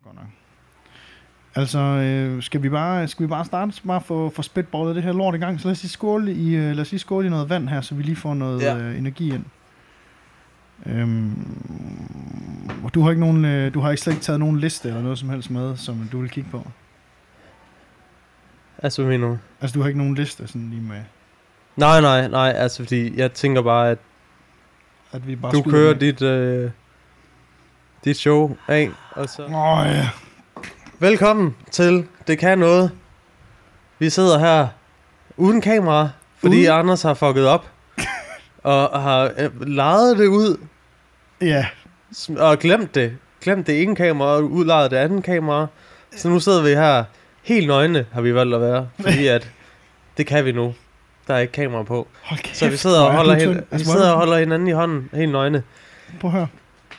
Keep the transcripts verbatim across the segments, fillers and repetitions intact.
Godt nok. Altså, øh, skal vi bare skal vi bare starte bare for for spitballet det her lort i gang. Så lad os lige skåle i øh, lad os lige skåle i noget vand her, så vi lige får noget ja. øh, energi ind. Øhm, du har ikke nogen øh, du har ikke slet ikke taget nogen liste eller noget som helst med, som du vil kigge på. Altså, hvad mener du? Altså, du har ikke nogen liste sådan lige med. Nej, nej, nej, altså fordi jeg tænker bare at, at vi bare du kører dit øh, dit show af, og så. Åh oh, ja. Velkommen til Det Kan Noget. Vi sidder her uden kamera, fordi uden? Anders har fucket op og har øh, lejet det ud. Ja. Og glemt det. Glemt det ene kamera og udlejet det andet kamera. Så nu sidder vi her helt nøgne, har vi valgt at være, fordi at det kan vi nu. Der er ikke kamera på. Kæft, så vi sidder og holder, helt, vi sidder og holder hinanden i hånden, helt nøgne. Prøv at høre.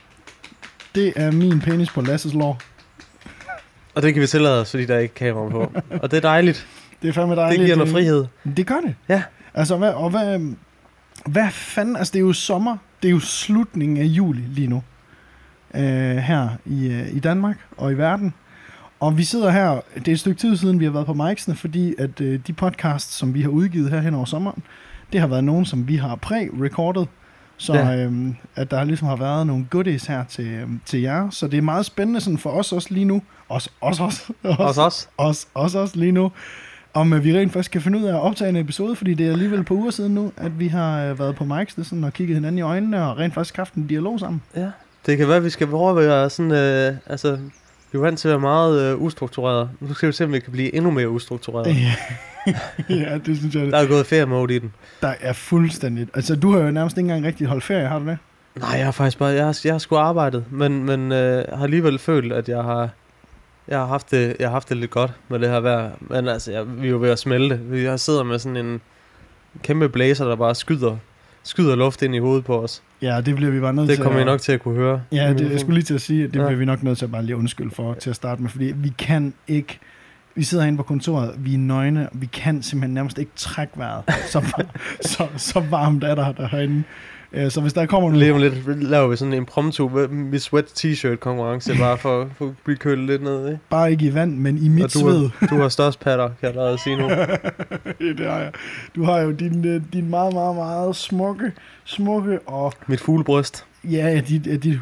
Det er min penis på Lasses lår. Og det kan vi tillade os, fordi der er ikke kamera på. Og det er dejligt. Det er fandme dejligt. Det giver noget frihed. Det gør det. Ja. Altså, hvad, og hvad, hvad fanden, altså det er jo sommer, det er jo slutningen af juli lige nu. Øh, her i, øh, i Danmark og i verden. Og vi sidder her, det er et stykke tid siden, vi har været på Mikesene, fordi at øh, de podcasts, som vi har udgivet her hen over sommeren, det har været nogen, som vi har præ-recorded. Så ja. øhm, at der ligesom har været nogle goodies her til, øhm, til jer. Så det er meget spændende sådan for os også lige nu. Os, os, os, os, os. os, os, os lige nu. Om øh, vi rent faktisk kan finde ud af at optage en episode, fordi det er alligevel på uger siden nu, at vi har øh, været på Mikes sådan, og kigget hinanden i øjnene og rent faktisk haft en dialog sammen. Ja, det kan være, at vi skal overveje sådan, øh, altså, vi er vant til at være meget øh, ustruktureret. Nu skal vi se, om vi kan blive endnu mere ustruktureret. Ja. Ja, det synes jeg. Der er gået ferie-mode i den. Der er fuldstændigt. Altså, du har jo nærmest ikke engang rigtig holdt ferie, har du det? Nej, jeg har faktisk bare, jeg har, jeg har sgu arbejdet, men, men øh, har alligevel følt, at jeg har, jeg har haft det, jeg har haft det lidt godt med det her vejr. Men altså, jeg, vi er jo ved at smelte. Vi har sidder med sådan en kæmpe blæser, der bare skyder, skyder luft ind i hovedet på os. Ja, det bliver vi bare nødt det til. Det kommer I nok til at kunne høre. Ja, det, jeg skulle lige til at sige, at det ja. bliver vi nok nødt til at bare lige undskylde for til at starte med, fordi vi kan ikke. Vi sidder herinde på kontoret, vi er nøgne, vi kan simpelthen nærmest ikke trække vejret. Så, så, så varmt er der derinde. Så hvis der kommer noget... Lige om lidt laver vi sådan en impromptu Miss Wet t-shirt konkurrence, bare for, for at blive kølet lidt ned, ikke? Bare ikke i vand, men i mit du sved. Har, du har størst patter, kan jeg da sige nu. Det har jeg. Du har jo din, din meget, meget, meget smukke, smukke og... Mit fuglebryst. Ja, ja, dit... Ja, dit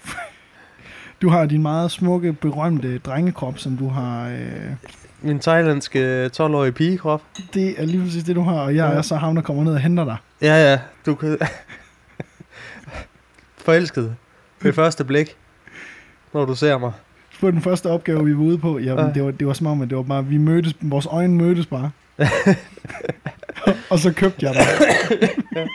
du har din meget smukke, berømte drengekrop, som du har... Øh... Min thailandske tolv-årige pigekrop. Det er lige præcis det, du har, og jeg ja. er så ham, der kommer ned og henter dig. Ja, ja, du kan... Forelsket. Det første blik, når du ser mig. På den første opgave, vi var ude på, jamen, ja. det, var, det var som om, at det var bare, vi mødtes, vores øjne mødtes bare. Og så købte jeg dig. Ja.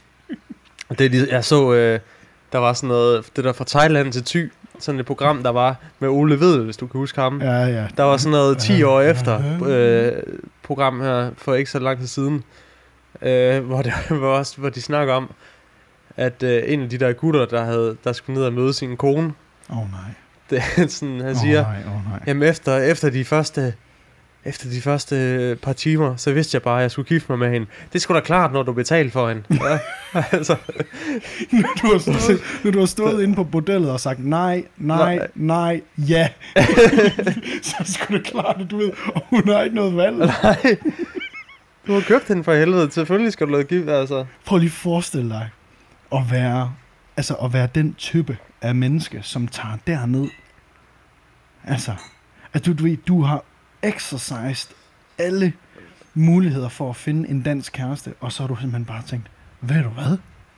Det, jeg så, øh, der var sådan noget, det der fra Thailand til Thy, sådan et program, der var med Ole Vedel, hvis du kan huske ham. Ja, ja. Der var sådan noget ti år efter øh, program her, for ikke så lang tid siden, øh, hvor, det, hvor, hvor de snakker om, at øh, en af de der gutter, der, havde, der skulle ned og møde sin kone. Åh oh, nej. Det er sådan, han siger, oh, nej, oh, nej. Jamen efter, efter de første... Efter de første par timer, så vidste jeg bare, at jeg skulle gifte mig med hende. Det skulle da klart, når du betalte for hende. Ja, altså. Når du har stået, når du har stået inde på bordellet og sagt nej, nej, nej, nej ja. Så skulle det klart, at du ved, og hun har ikke noget valg. Nej. Du har købt hende for helvede. Selvfølgelig skal du lade gift, altså. Prøv lige at forestille dig at være, altså at være den type af menneske, som tager derned. Altså, at du, du ved, du har exercised alle muligheder for at finde en dansk kæreste, og så har du simpelthen bare tænkt, ved du hvad?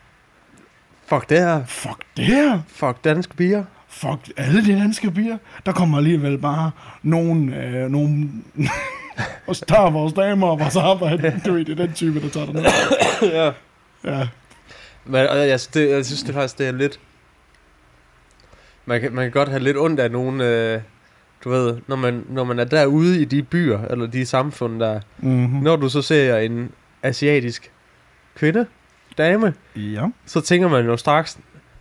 Fuck det her. Fuck det her. Fuck danske piger. Fuck alle de danske piger. Der kommer alligevel bare nogen, øh, nogen og tager vores damer og vores arbejde. Du ved, det er den type, der tager dig ned. Ja. Ja. Men jeg, jeg, det, jeg synes det faktisk, det er lidt... Man kan, man kan godt have lidt ondt af nogen... Øh, du ved, når man, når man er derude i de byer, eller de samfund, der... Mm-hmm. Når du så ser en asiatisk kvinde, dame, ja. så tænker man jo straks...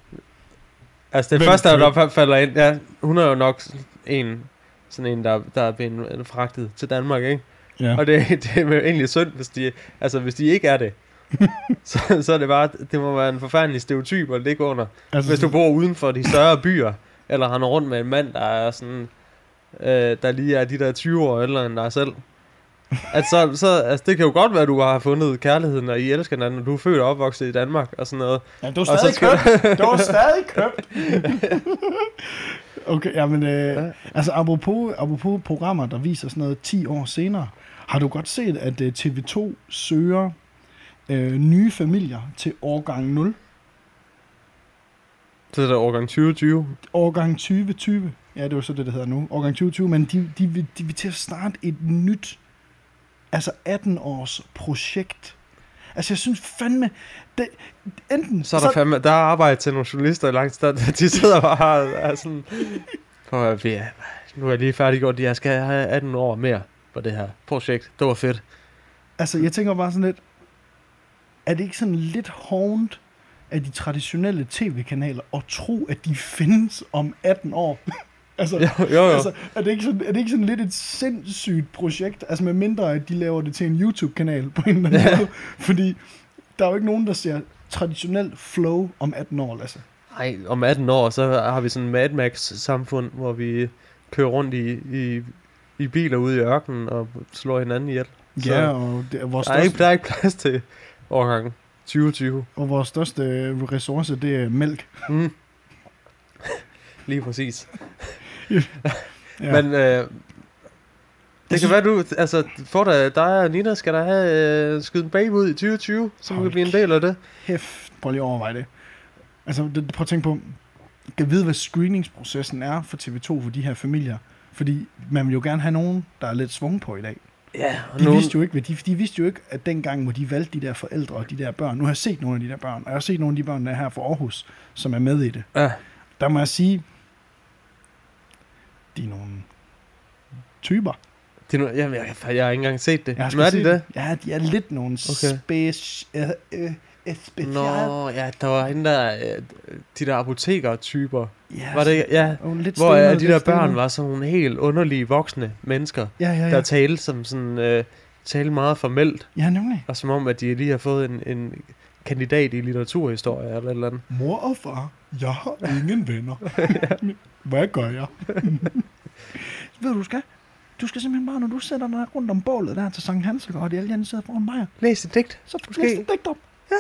Altså, det Hvem første, der falder ind, ja, hun er jo nok en, sådan en, der, der er blevet fragtet til Danmark, ikke? Ja. Og det, det er jo egentlig synd, hvis de, altså, hvis de ikke er det. så, så er det bare, det må være en forfærdelig stereotyp at ligge under. Altså, hvis du bor uden for de større byer, eller render rundt med en mand, der er sådan øh, der lige er de der tyve år ældre end dig selv. At så, så, altså, det kan jo godt være, at du har fundet kærligheden, og I elsker hinanden, og du er født og opvokset i Danmark, og sådan noget. Ja, du er stadig købt. Du er stadig købt. Okay, jamen, øh, ja. altså apropos, apropos programmer, der viser sådan noget ti år senere, har du godt set, at uh, T V to søger øh, nye familier til årgang nul? Så er det årgang tyve tyve? Årgang tyve tyve. Ja, det er jo så det, der hedder nu. Årgang tyve tyve, men de, de, vil, de vil til at starte et nyt, altså atten års projekt. Altså, jeg synes fandme, det, enten... Så er der så, fandme, der er arbejde til nogle journalister i lang tid, de sidder bare og er sådan... For at vi, nu er jeg lige færdiggjort, jeg skal have atten år mere på det her projekt. Det var fedt. Altså, jeg tænker bare sådan lidt, er det ikke sådan lidt hovent af de traditionelle tv-kanaler at tro, at de findes om atten år? Altså, jo, jo, jo. altså er, det ikke sådan, er det ikke sådan lidt et sindssygt projekt? Altså med mindre, at de laver det til en YouTube-kanal på en eller anden ja. måde. Fordi der er jo ikke nogen, der ser traditionelt flow om atten år, altså. Nej, om atten år, så har vi sådan en Mad Max-samfund, hvor vi kører rundt i, i, i biler ude i ørkenen og slår hinanden ihjel. Så ja, og det er vores der, er ikke, der er ikke plads til årgang tyve tyve. Og vores største ressource, det er mælk. Mm. Lige præcis. ja. Men øh, det kan synes... være, du... Altså, for dig, dig og Nina, skal der have øh, skyde en baby ud i tyve tyve, så du kan blive en del af det. Hæft, prøv lige at overveje det. Altså, det, prøv at tænke på, jeg kan vide, hvad screeningsprocessen er for T V to for de her familier. Fordi man vil jo gerne have nogen, der er lidt svung på i dag. Ja, de, nogen... vidste jo ikke, de, de vidste jo ikke, at dengang, hvor de valgte de der forældre og de der børn, nu har jeg set nogle af de der børn, og jeg har set nogle af de børn, der er her fra Aarhus, som er med i det. Ja. Der må jeg sige, de er nogle typer. Det er no... Jamen, jeg, jeg har ikke engang set det. Jeg har Men er de det? Ja, de er lidt nogle okay. speci... Øh, øh, special. Nå, ja, der var hende der, øh, de der apoteker-typer. Ja, var det, ja, lidt hvor stenet, øh, de der stenet. børn var sådan nogle helt underlige voksne mennesker, ja, ja, ja. der talte som sådan, øh, talte meget formelt. Ja, nemlig. Og som om, at de lige har fået en, en kandidat i litteraturhistorie eller et eller andet. Mor og far, jeg har ingen venner. Hvad gør jeg? Ved du, du skal? Du skal simpelthen bare, når du sætter dig rundt om bålet der til Sankt Hans, og de alle andre sidder foran mig. Læs et digt. Så du læs et digt op. Ja.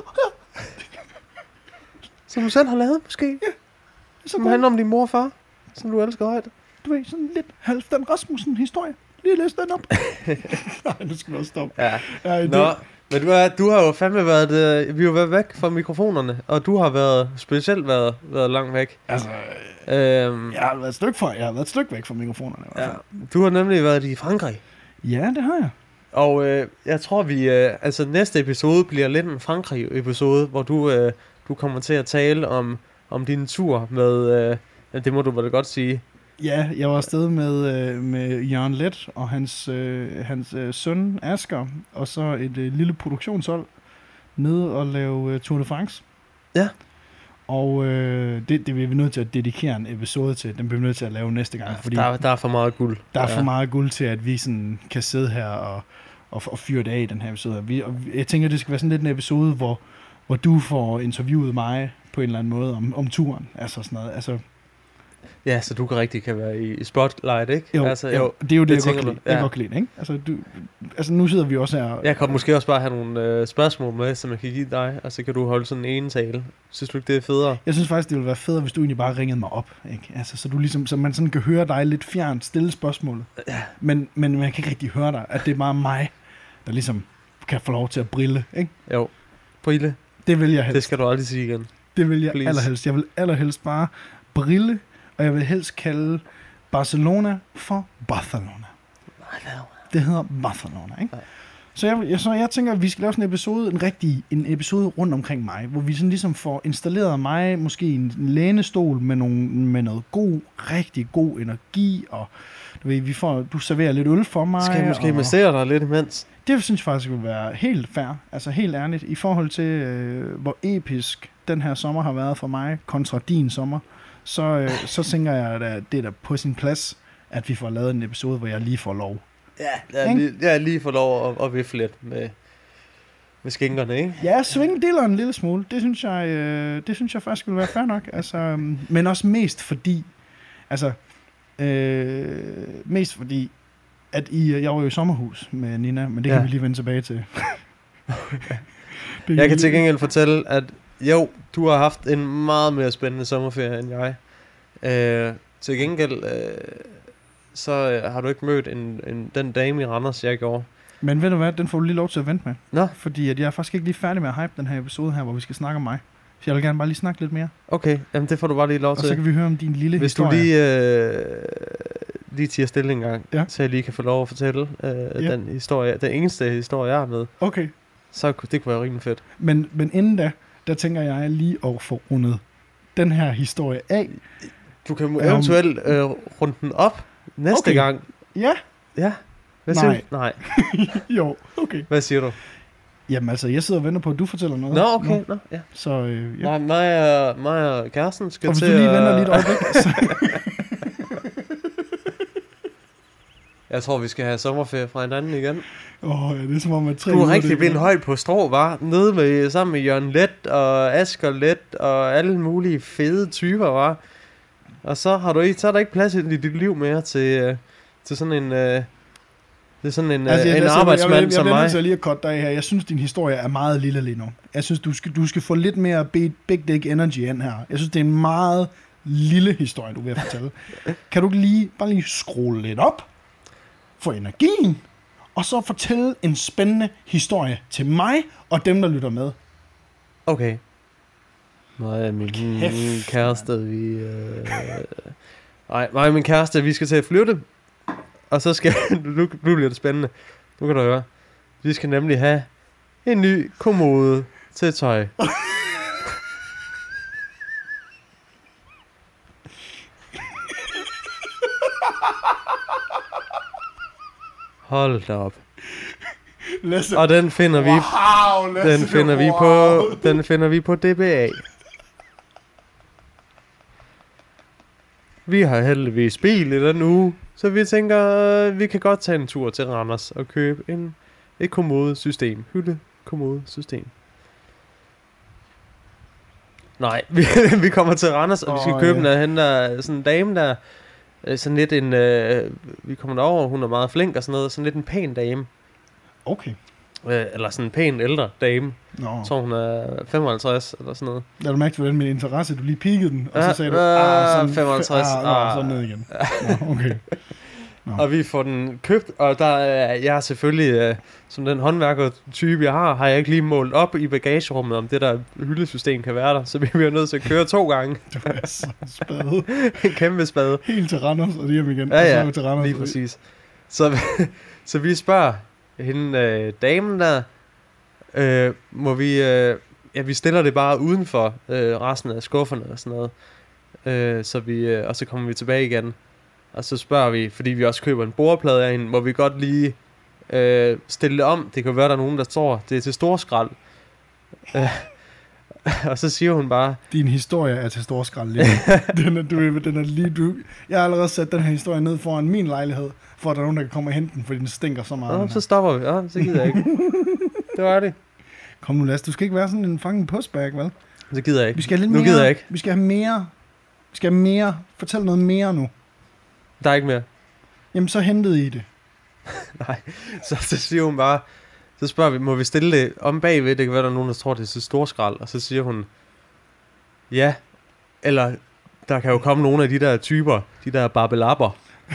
Som du selv har lavet, måske? Ja. Som handler om din mor og far, som du elsker højt. Du ved, sådan lidt Halvdan Rasmussen-historie. Lige læs den op. Nej, nu skal vi også stoppe. Ja. Ja, Nå, men du, er, du har jo fandme været, øh, vi har jo været væk fra mikrofonerne, og du har været, specielt været, været langt væk. Altså, øhm, jeg har været et stykke fra, jeg har været et stykke væk fra mikrofonerne. I hvert fald. Ja. Du har nemlig været i Frankrig. Ja, det har jeg. Og øh, jeg tror, vi, øh, altså næste episode bliver lidt en Frankrig-episode, hvor du, øh, du kommer til at tale om, om din tur med, øh, det må du vel godt sige. Ja, jeg var afsted med, øh, med Jørgen Let og hans, øh, hans øh, søn Asger, og så et øh, lille produktionshold nede og lave øh, Tour de France. Ja. Og øh, det, det bliver vi nødt til at dedikere en episode til. Den bliver vi nødt til at lave næste gang. Ja, fordi der, der er for meget guld. Der er ja. for meget guld til, at vi sådan kan sidde her og, og, og fyre det af i den her episode. Vi, og jeg tænker, det skal være sådan lidt en episode, hvor, hvor du får interviewet mig på en eller anden måde om, om turen. Altså sådan noget. Altså, ja, så du kan rigtig kan være i spotlight, ikke? Jo, altså, jo, jo det er jo det, det jeg godt kan lide. Ja. Jeg godt kan lide, ikke? Altså, du, altså, nu sidder vi også her. Jeg kan måske også bare have nogle øh, spørgsmål med, som jeg kan give dig, og så kan du holde sådan en ene tale. Synes du ikke, det er federe? Jeg synes faktisk, det ville være federe, hvis du egentlig bare ringede mig op, ikke? Altså, så, du ligesom, så man sådan kan høre dig lidt fjernt stille spørgsmålet. Ja. Men, men man kan ikke rigtig høre dig, at det er bare mig, der ligesom kan få lov til at brille, ikke? Jo, brille. Det vil jeg helst. Det skal du aldrig sige igen. Det vil jeg Please. allerhelst. Jeg vil allerhelst bare brille, og jeg vil helst kalde Barcelona for Barcelona. Det hedder Barcelona, ikke? Ja. Så, jeg, jeg, så jeg tænker, at vi skal lave sådan en episode, en rigtig en episode rundt omkring mig, hvor vi sådan ligesom får installeret mig, måske en lænestol med, nogle, med noget god, rigtig god energi, og du ved, vi får, du serverer lidt øl for mig. Skal jeg måske massere dig lidt imens? Det synes jeg faktisk vil være helt fair, altså helt ærligt, i forhold til, øh, hvor episk den her sommer har været for mig, kontra din sommer. Så, øh, så tænker jeg, at det er da på sin plads, at vi får lavet en episode, hvor jeg lige får lov. Ja, jeg, lige, jeg lige får lov at, at vifle lidt med, med skinkerne, ikke? Ja, svinge dilleren en lille smule. Det synes jeg, øh, det synes jeg faktisk ville være fair nok. Altså, men også mest fordi, altså, Øh, mest fordi, at I, jeg var jo i sommerhus med Nina, men det Ja. kan vi lige vende tilbage til. Det Jeg kan til gengæld fortælle, at jo, du har haft en meget mere spændende sommerferie end jeg. Øh, til gengæld, øh, så øh, har du ikke mødt en, en, den dame i Randers, jeg gjorde. Men ved du hvad, den får du lige lov til at vente med. Nå. Fordi at jeg er faktisk ikke lige færdig med at hype den her episode her, hvor vi skal snakke om mig. Så jeg vil gerne bare lige snakke lidt mere. Okay, jamen det får du bare lige lov Og til. så kan vi høre om din lille Hvis historie. du lige, øh, lige tiger stille en gang, Ja. så jeg lige kan få lov at fortælle øh, Ja. den historie, den eneste historie, jeg har med, Okay, så kunne- det kunne være rimelig fedt. men, men inden da, der tænker jeg lige at få rundet den her historie af. Du kan Um, eventuelt øh, runde den op næste Okay. gang. Ja, Ja. Hvad Nej. siger du? Nej. jo, okay. Hvad siger du? Jamen altså, jeg sidder og venter på, at du fortæller noget. Nå, okay. Nu. Nå, ja. Så øh, ja. Nej, mig og, mig og kæresten skal Og hvis til du lige at- venter lige et øjeblik, så... Jeg tror, vi skal have sommerferie fra hinanden igen. Åh, ja, det er som om, at tre Du er uger, rigtig det blevet højt på strå, var? Nede med, sammen med Jørgen Let og Asger Let og alle mulige fede typer, var. Og så har du ikke, så er der ikke plads i dit liv mere til, øh, til sådan en, øh, til sådan en, Altså, øh, jeg, en jeg, arbejdsmand jeg, jeg, som jeg bliver nødt mig. til lige at cutte dig af her. Jeg synes, din historie er meget lille lige nu. Jeg synes, du skal, du skal få lidt mere big, big dick energy ind her. Jeg synes, det er en meget lille historie, du er ved at fortælle. Kan du ikke lige, bare lige skrue lidt op for energien, og så fortælle en spændende historie til mig og dem, der lytter med? Okay. Mig og min Kæft, kæreste, vi... Øh... Nej, mig og min kæreste, vi skal til at flytte. Og så skal... nu, nu bliver det spændende. Nu kan du høre. Vi skal nemlig have en ny kommode til tøj. Hold da op. Lasse. Og den finder vi... Wow, Lasse, Den finder vi wow. på... Den finder vi på D B A. Vi har heldigvis bil i den uge, så vi tænker, øh, vi kan godt tage en tur til Randers og købe en, et kommodesystem. Hylde kommodesystem. Nej, vi, vi kommer til Randers, og vi skal Åh, købe ja. en af hende, der, sådan en dame, der øh, sådan lidt en, øh, vi kommer derover, hun er meget flink og sådan noget, sådan lidt en pæn dame. Okay. Øh, eller sådan en pæn ældre dame. Nå. Jeg tror, hun er femoghalvtreds eller sådan noget. Lad du mærke til, hvordan min interesse, du lige peakede den, og Ja, så sagde du, øh, ah, sådan, femoghalvtreds, ah, nå, ah. så ned igen. Nå, okay. Nå. Og vi får den købt, og der er jeg er selvfølgelig, øh, som den håndværker-type jeg har, har jeg ikke lige målt op i bagagerummet, om det der hyldesystem kan være der. Så vi bliver nødt til at køre to gange. Du er så spade. En kæmpe spade. Helt til Randers, og hjem igen. Ja, og så ja, er vi til Randers. lige præcis. Så, så vi spørger hende, øh, damen der, øh, må vi, øh, ja, vi stiller det bare uden for øh, resten af skufferne og sådan noget. Øh, så vi, øh, og så kommer vi tilbage igen. Og så spørger vi, fordi vi også køber en bordplade af hende, må vi godt lige øh, stille det om. Det kan være, der er nogen, der står, det er til storskrald. Øh, og så siger hun bare, Din historie er til storskrald lige. den er, du, den er lige, du, jeg har allerede sat den her historie ned foran min lejlighed, for at der er nogen, der kan komme og hente den, fordi den stinker så meget. Nå, den så her. stopper vi. Ja, så gider jeg ikke. Det var det. Kom nu, Lasse, du skal ikke være sådan en fucking pushback, vel? Så gider jeg Vi ikke. skal have lidt Nu mere. gider jeg ikke. Vi skal have mere. Vi skal have mere. Fortæl noget mere nu. Der er ikke mere. Jamen, så hentede I det. Nej, så, så siger hun bare, så spørger vi, må vi stille det om bagved, det kan være, der er nogen, der tror, det er så storskrald, og så siger hun, ja, eller der kan jo komme nogle af de der typer, de der barbelapper,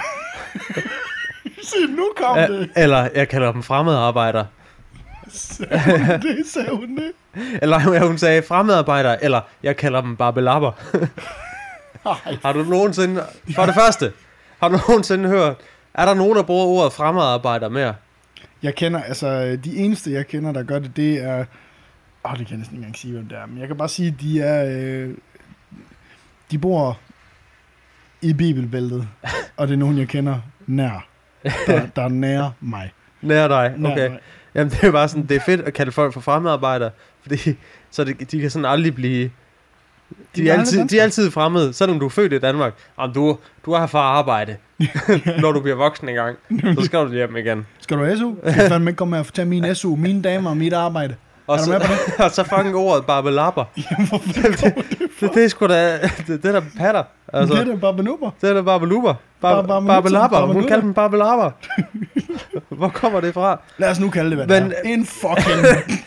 Se, nu kom ja, det. eller jeg kalder dem fremmedarbejdere, Sagde hun det? Sagde hun det? eller ja, hun sagde fremmedarbejdere, eller jeg kalder dem barbelapper. Ej, Har du nogensinde, for det første, har du nogensinde hørt, er der nogen, der bruger ordet fremmedarbejder mere? jeg kender, altså, de eneste, jeg kender, der gør det, det er... Åh, oh, det kan jeg næsten ikke engang sige, hvem det er. Men jeg kan bare sige, at de er... Øh, de bor i bibelbæltet, og det er nogen, jeg kender nær. Der, der er nær mig. Nær dig, Nær okay. mig. Jamen det er bare sådan, det er fedt at kalde folk for fremmedarbejdere, fordi så det, de kan sådan aldrig blive, de, De er er altid, aldrig de er altid fremmede, selvom du er født i Danmark. Jamen du, du er her for at arbejde, når du bliver voksen engang, så skal du hjem igen. Skal du have S U? Skal du fandme ikke komme med at tage min S U, mine damer og mit arbejde? Og Er du så, med på og så fucking ordet barbelapper. Jamen, hvorfor det, det, det, det er sgu da, det, det der patter. Altså, det er da babanupper. det er da barbelupper. Bar, Bar- bar- barbelapper. Hun barbanutter. kalder dem barbelapper. Hvor kommer det fra? Lad os nu kalde det, hvad Men- det er. En fucking...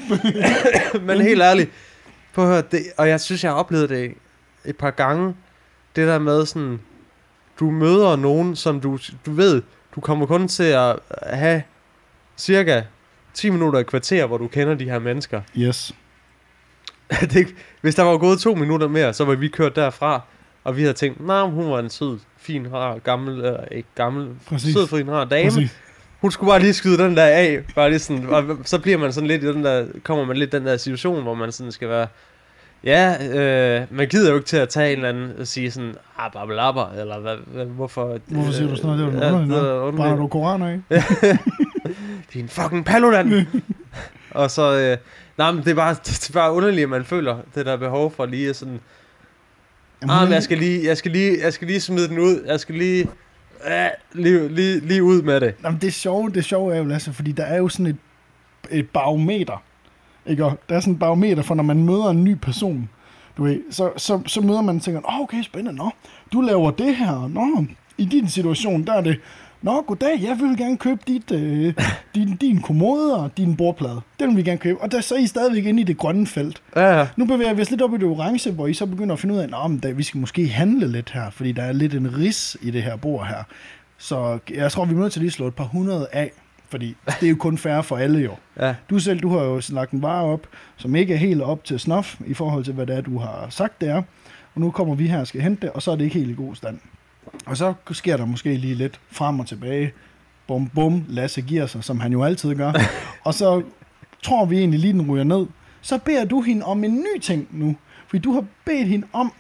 Men helt ærligt, prøv at høre, det, og jeg synes, jeg har oplevet det et par gange, det der med sådan, du møder nogen, som du, du ved, du kommer kun til at have cirka ti minutter i kvarter, hvor du kender de her mennesker. Yes. det, hvis der var gået to minutter mere, så var vi kørt derfra, og vi havde tænkt, nej, nah, hun var en sød, fin, rar, gammel, øh, ikke gammel, Præcis. sød, fin, rar dame. Præcis. Hun skulle bare lige skyde den der af, bare lige sådan, og så bliver man sådan lidt i den der, kommer man lidt i den der situation, hvor man sådan skal være, ja, øh, man gider jo ikke til at tage en eller anden og sige sådan, ah, babbelapper, eller hvad, hvad, hvorfor... Hvorfor siger du sådan noget? Det er ja, jo det noget. er Brænder underligt. du koraner af? Din fucking paludan! Og så, øh, nej, men det er, bare, det er bare underligt, at man føler det der behov for lige at sådan, Jamen, ah, hun men er- jeg skal lige, jeg skal lige, jeg skal lige smide den ud, jeg skal lige, øh, lige, lige, lige ud med det. Jamen, det sjove, det sjove er jo, Lasse, fordi der er jo sådan et, et barometer. Ikke? Og der er sådan et barometer for, når man møder en ny person. Du ved, så, så, så møder man og tænker, åh, oh, okay, spændende, nå, du laver det her, nå, i din situation, der er det, nå, goddag, jeg vil gerne købe dit, øh, din, din kommode og din bordplade. Den vil vi gerne købe. Og der så er I stadigvæk inde i det grønne felt. Ja, ja. Nu bevæger vi os lidt op i det orange, hvor I så begynder at finde ud af, at men da, vi skal måske handle lidt her, fordi der er lidt en ris i det her bord her. Så jeg tror, vi er nødt til lige at slå et par hundrede af, fordi det er jo kun fair for alle jo. Ja. Du selv, du har jo lagt en vare op, som ikke er helt op til snuff, i forhold til, hvad det er, du har sagt, det er. Og nu kommer vi her og skal hente det, og så er det ikke helt i god stand. Og så sker der måske lige lidt frem og tilbage. Bum, bum, Lasse giver sig, som han jo altid gør. Og så tror vi egentlig lige, den ryger ned. Så beder du hende om en ny ting nu. Fordi du har bedt hende om,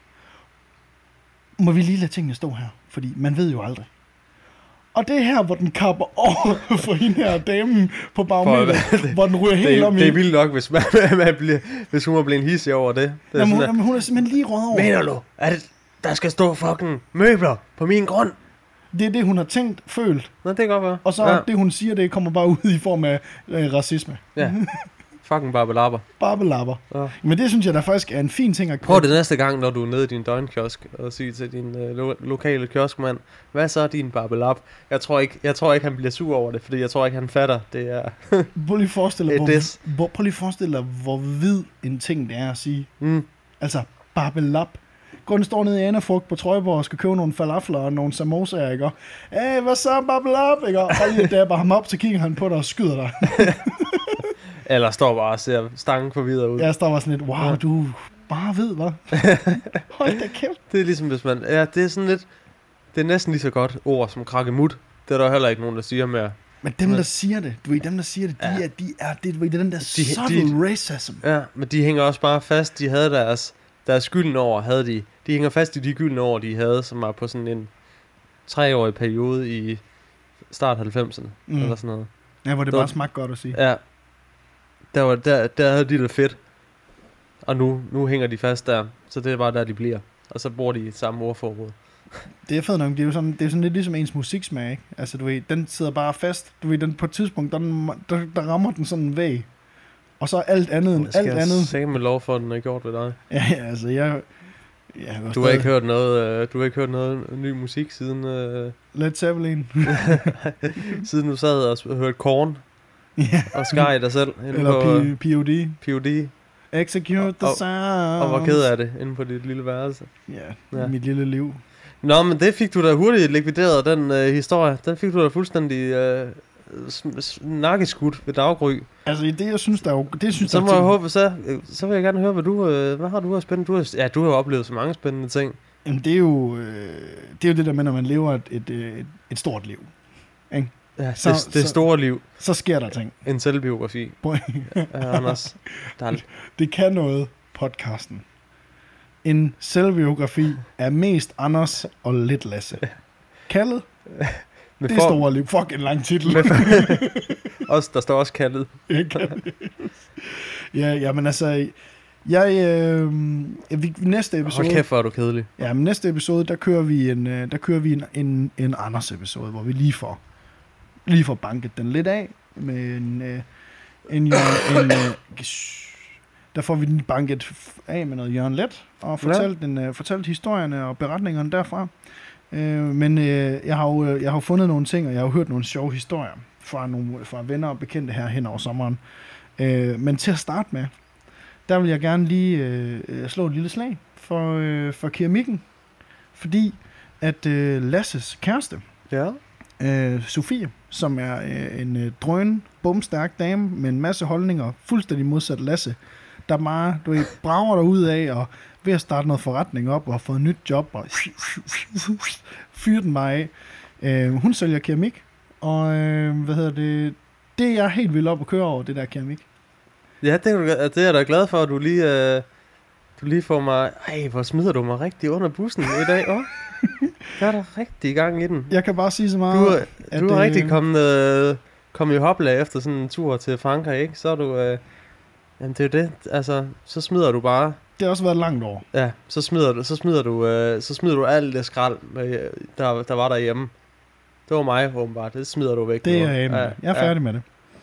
må vi lige lade tingene stå her? Fordi man ved jo aldrig. Og det er her, hvor den kapper over for hende her damen på barometeret, hvor den ryger helt Det, om det er i. vildt nok, hvis, man, man bliver, hvis hun var blevet hissig over det. det er Jamen, hun, sådan, jamen, hun er simpelthen lige røget over. mener du, at der skal stå fucking møbler på min grund? Det er det, hun har tænkt, følt. Nå, det kan godt være. Og så ja. Det, hun siger, det kommer bare ud i form af øh, racisme. Ja. Fucking barbelapper. Barbelapper. Ja. Men det synes jeg da faktisk er en fin ting at Prøv det næste gang, når du er nede i din døgnkiosk, og sige til din øh, lo- lokale kioskmand, hvad så er din barbelap? Jeg tror ikke, jeg tror ikke han bliver sur over det, fordi jeg tror ikke, han fatter. Det er... Prøv lige at forestille dig, Et hvor, des. hvor, prøv lige at forestille dig, hvor vid en ting det er at sige. Mm. Altså, barbelap. Grunden står nede i Anafrugt på Trøjborg og skal købe nogle falafler og nogle samosaer, ikke? Æh, hvad så, barbelap, ikke? Og lige dabber ham op, så kigger han på dig og skyder dig. Eller står bare og ser stangen for videre ud. Jeg står bare sådan lidt, wow, du bare ved, hvad? Hold da kæft. Det er ligesom hvis man... Ja, det er sådan lidt... Det er næsten lige så godt ord som krakkemut. Det er der heller ikke nogen, der siger mere. Men dem, der siger det, du ved, dem, der siger det, de Ja. er, de er, det, du ved, det er den der De- subtle de- racism. Ja, men de hænger også bare fast. De havde deres... Deres gyldne år havde de... De hænger fast i de gyldne år, de havde, som var på sådan en treårig periode i start halvfemserne. Mm. Mm. Eller sådan noget. Ja, hvor det Der- bare smagte godt at sige. Ja. Der, var, der, der havde de det fedt. Og nu, nu hænger de fast der. Så det er bare der, de bliver. Og så bruger de samme ordforråd. Det er fedt nok, det er jo sådan, det er sådan lidt ligesom ens musiksmag, ikke? Altså, du ved, den sidder bare fast. Du ved, den på et tidspunkt, der, der, der rammer den sådan en væg. Og så alt andet, Jeg skal alt andet. sække med lov for, at den er gjort ved dig. Ja, altså, jeg... jeg har Du har ikke hørt noget, øh, du har ikke hørt noget ny musik siden, øh, Led Zeppelin. siden du sad og s- hørte Korn Ja. og skar i dig selv inde Eller på P- P O D. P O D. Execute the Og- sound. Og var ked af det inde på dit lille værelse. Ja, Ja. mit lille liv. Nå, men det fik du da hurtigt likvideret, den øh, historie. Den fik du da fuldstændig øh, sm- s- nakkeskudt ved daggry. Altså, det jeg synes, der er jo... Det synes, Så der må er jeg ting- håbe, så, øh, så vil jeg gerne høre, hvad du, øh, hvad har du af spændende? Du har, ja, du har jo oplevet så mange spændende ting. Jamen, det er jo... Øh, det er jo det der med, når man lever et, et, et, et stort liv. Ja, Så- det, det så- store liv. Så sker der ting. En selvbiografi. Prøv- Ja, Anders. Der er, Det kan noget, podcasten. En selvbiografi er mest Anders og lidt Lasse. Kaldet, med det er store liv. Fuck, en lang titel. Med også, der står også kaldet. Ikke? Ja, jamen altså... Jeg, øh, vi, næste episode... Hold kæft, hvor er du kedelig. Ja, men næste episode, der kører vi en, øh, der kører vi en, en, en Anders episode, hvor vi lige får, lige får banket den lidt af med en, øh, en, Jørgen, en øh, der får vi den banket af med noget Jørgen Let, og fortalt, ja. den, øh, fortalt historierne og beretningerne derfra. Øh, men øh, jeg, har jo, jeg har jo fundet nogle ting, og jeg har jo hørt nogle sjove historier fra, nogle, fra venner og bekendte her hen over sommeren. Øh, men til at starte med, der vil jeg gerne lige øh, slå et lille slag for, øh, for keramikken, fordi at øh, Lasses kæreste, ja. øh, Sofie, som er øh, en øh, drøn, bumstærk dame med en masse holdninger, fuldstændig modsat Lasse, der bare, du ved, brager dig ud af og ved at starte noget forretning op og har fået et nyt job og fyre den bare af. Øh, hun sælger keramik, og øh, hvad hedder det, det er jeg helt vildt op at køre over, det der keramik. Ja, det er, det er jeg da glad for, at du lige, øh, du lige får mig... Ej, hvor smider du mig rigtig under bussen i dag, åh? Der er der rigtig gang i den. Jeg kan bare sige så meget, Du, at, du er øh, rigtig kommet, øh, kommet i hopla efter sådan en tur til Frankrig, ikke? Så er du... Øh, jamen, det er jo det. Altså, så smider du bare... det har også været langt over. Ja, så smider du, så smider du, øh, så smider du alt det skrald, med, der, der var derhjemme. Det var mig, åbenbart. Det smider du væk. Det nu. er jeg enig med. Ja, Jeg er færdig ja. med det.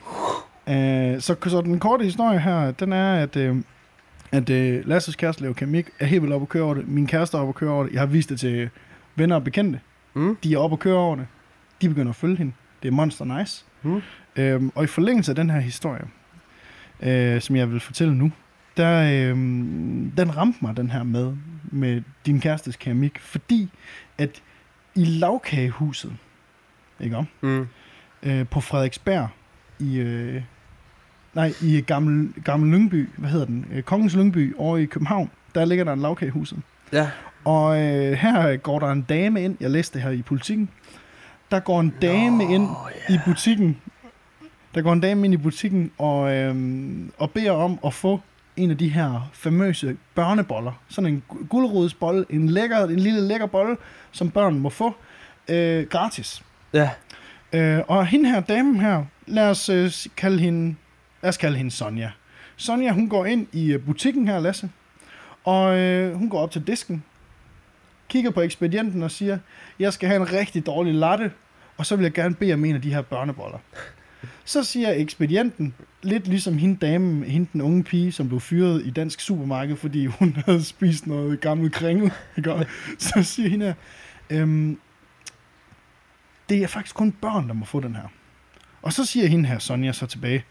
Uh, så, så den korte historie her, den er, at, uh, at uh, Lasses kæreste laver keramik, er helt vildt op at køre over det. Min kæreste er op at køre over det. Jeg har vist det til venner og bekendte. Mm. De er op at køre over det. De begynder at følge hende. Det er monster nice. Mm. Uh, og i forlængelse af den her historie, uh, som jeg vil fortælle nu, der, uh, den ramte mig, den her med, med din kærestes keramik, fordi at i lavkagehuset, ikke om? Mm. Uh, på Frederiksberg, i, øh, nej, i Gammel, Gammel Lyngby, hvad hedder den? Øh, Kongens Lyngby over i København, der ligger der en lavkagehuset. Ja. Og øh, her går der en dame ind, jeg læste det her i Politikken, der går en dame Nå, ind yeah. i butikken, der går en dame ind i butikken og, øh, og beder om at få en af de her famøse børneboller. Sådan en gulerodsbolle, en, lækker, en lille lækker bolle, som børn må få øh, gratis. Ja. Øh, og hende her, damen her, lad os, øh, kalde hende, lad os kalde hende Sonja. Sonja, hun går ind i butikken her, Lasse, og øh, hun går op til disken, kigger på ekspedienten og siger, jeg skal have en rigtig dårlig latte, og så vil jeg gerne bede om en af de her børneboller. Så siger ekspedienten, lidt ligesom hende dame, hende den unge pige, som blev fyret i dansk supermarked, fordi hun havde spist noget gammel kringel, ikke? Så siger hende her, øhm, det er faktisk kun børn, der må få den her. Og så siger hende her, Sonja, så tilbage,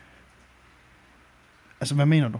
altså, hvad mener du?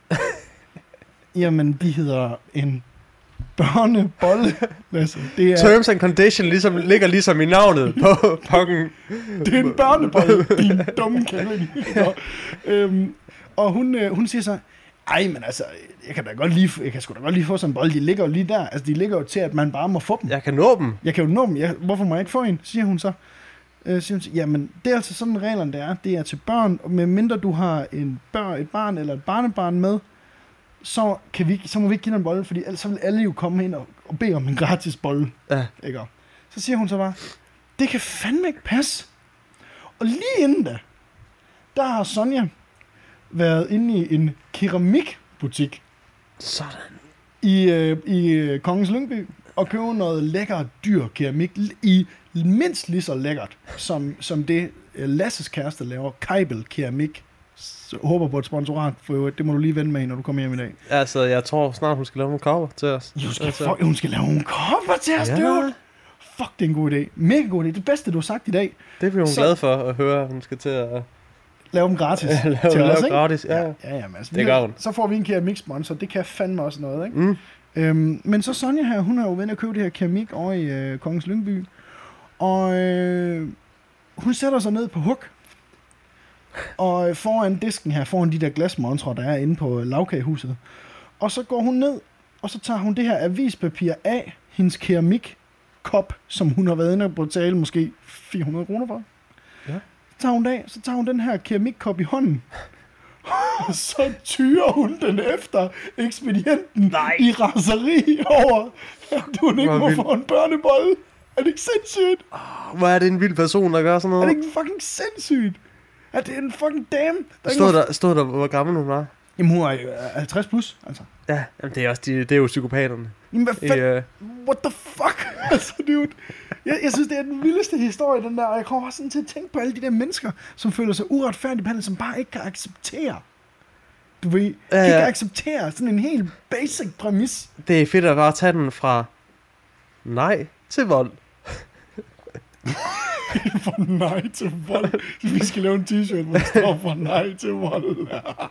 Jamen, de hedder en børnebolle. Altså, det er, Terms and condition ligesom, ligger ligesom i navnet på pokken. det er en børnebolle, din dumme kælling. øhm, og hun, øh, hun siger så, ej, men altså, jeg kan da godt lige, jeg kan sgu da godt lige få sådan en bolle. De ligger jo lige der. Altså, de ligger jo til, at man bare må få dem. Jeg kan nå dem. Jeg kan jo nå dem. Jeg, hvorfor må jeg ikke få en? Siger hun så. Øh, siger hun så, jamen, det er altså sådan reglerne, det er. Det er til børn, og medmindre du har en børn, et barn eller et barnebarn med, så, kan vi, så må vi ikke give dig en bolle, fordi ellers så vil alle jo komme ind og, og bede om en gratis bolle. Ja. Ikke? Så siger hun så bare, det kan fandme ikke passe. Og lige inden da, der har Sonja været inde i en keramikbutik. Sådan. I, øh, i øh, Kongens Lyngby, og købe noget lækker, dyr keramik, i mindst lige så lækkert, som, som det øh, Lasses kæreste laver, Keibel Keramik. Så håber på et sponsorat, for det må du lige vende med, når du kommer hjem i dag. Altså, jeg tror snart, hun skal lave nogle kopper til os. Hun skal, altså. for, hun skal lave nogle kopper til os, ja. dude. Fuck, det er en god idé. Mega god idé. Det bedste, du har sagt i dag. Det bliver hun så glad for at høre, hun skal til at lave dem gratis. Ja, lave, til lave os, ikke? gratis, ja. Ja, ja, ja, altså, det gør hun. Så får vi en keramiksponsor, det kan fandme også noget, ikke? Mm. Øhm, men så Sonja her, hun er jo ved at købe det her keramik over i øh, Kongens Lyngby. Og øh, hun sætter sig ned på huk. Og foran disken her, foran de der glasmontrer, der er inde på lavkagehuset. Og så går hun ned, og så tager hun det her avispapir af hendes keramikkop, som hun har været inde og betale måske fire hundrede kroner for. Ja. Så tager hun, af, så tager hun den her keramikkop i hånden. Og så tyrer hun den efter ekspedienten Nej. i raseri over, at hun ikke må få en børnebolle. Er det ikke sindssygt? Oh, hvor er det en vild person, der gør sådan noget? Er det ikke fucking sindssygt? Er det en fucking dame? Der stod, der, stod der, hvor gammel hun var? Jamen, hun er halvtreds plus, altså. Ja, jamen, det er også de, det er jo psykopaterne. Jamen, hvad fanden? I, uh... What the fuck? altså, dude. Jeg, jeg synes, det er den vildeste historie, den der. Og jeg kommer også sådan til at tænke på alle de der mennesker, som føler sig uretfærdigt behandlet, som bare ikke kan acceptere. Du ved, ikke ja, ja. kan acceptere sådan en helt basic præmis. Det er fedt at bare tage den fra nej til vold. Fra nej til vold. Vi skal lave en t-shirt, hvor der står fra nej til vold.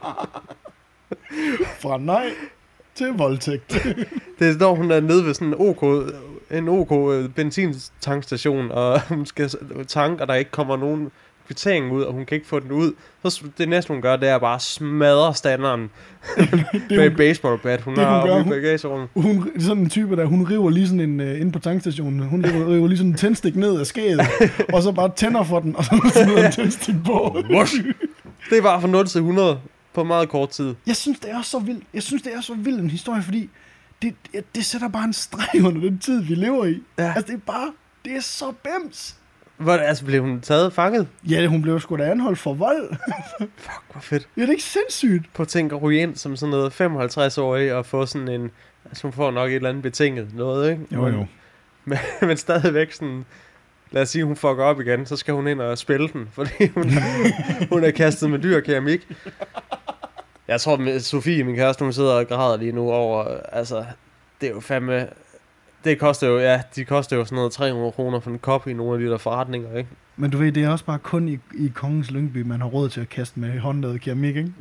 Fra nej til voldtægt. Det er når hun er nede ved sådan en OK, en OK benzintankstation, og hun skal tanke, og der ikke kommer nogen kvittering ud, og hun kan ikke få den ud. Så det næste, hun gør, det er bare smadre standeren med en baseballbat. Hun det, har hun gør, hun, bagagerummet. Hun, sådan en type der, hun river lige sådan en, uh, inde på tankstationen, hun river, river lige sådan en tændstik ned af skæget, og så bare tænder for den, og så smider en tændstik på. Det er bare fra nul til hundrede på meget kort tid. Jeg synes, det er så vildt. Jeg synes, det er så vildt en historie, fordi det, det, det sætter bare en streg under den tid, vi lever i. Ja. Altså, det er bare, det er så bims. Hvor altså, blev hun taget fanget? Ja, hun blev sgu da anholdt for vold. Fuck, hvor fedt. Ja, det er ikke sindssygt. Prøv at tænke at ryge ind som sådan noget femoghalvtreds-årig og få sådan en... Altså, hun får nok et eller andet betinget noget, ikke? Jo, jo. Men, men stadigvæk sådan... Lad os sige, hun fucker op igen, så skal hun ind og spille den, fordi hun, hun er kastet med dyr keramik. Jeg tror, at Sofie, min kæreste, hun sidder og græder lige nu over... Altså, det er jo fandme... Det koster jo, ja, de koster jo sådan noget tre hundrede kroner for en kop i nogle af de der forretninger, ikke? Men du ved, det er også bare kun i, i Kongens Lyngby, man har råd til at kaste med håndlavet keramik, ikke?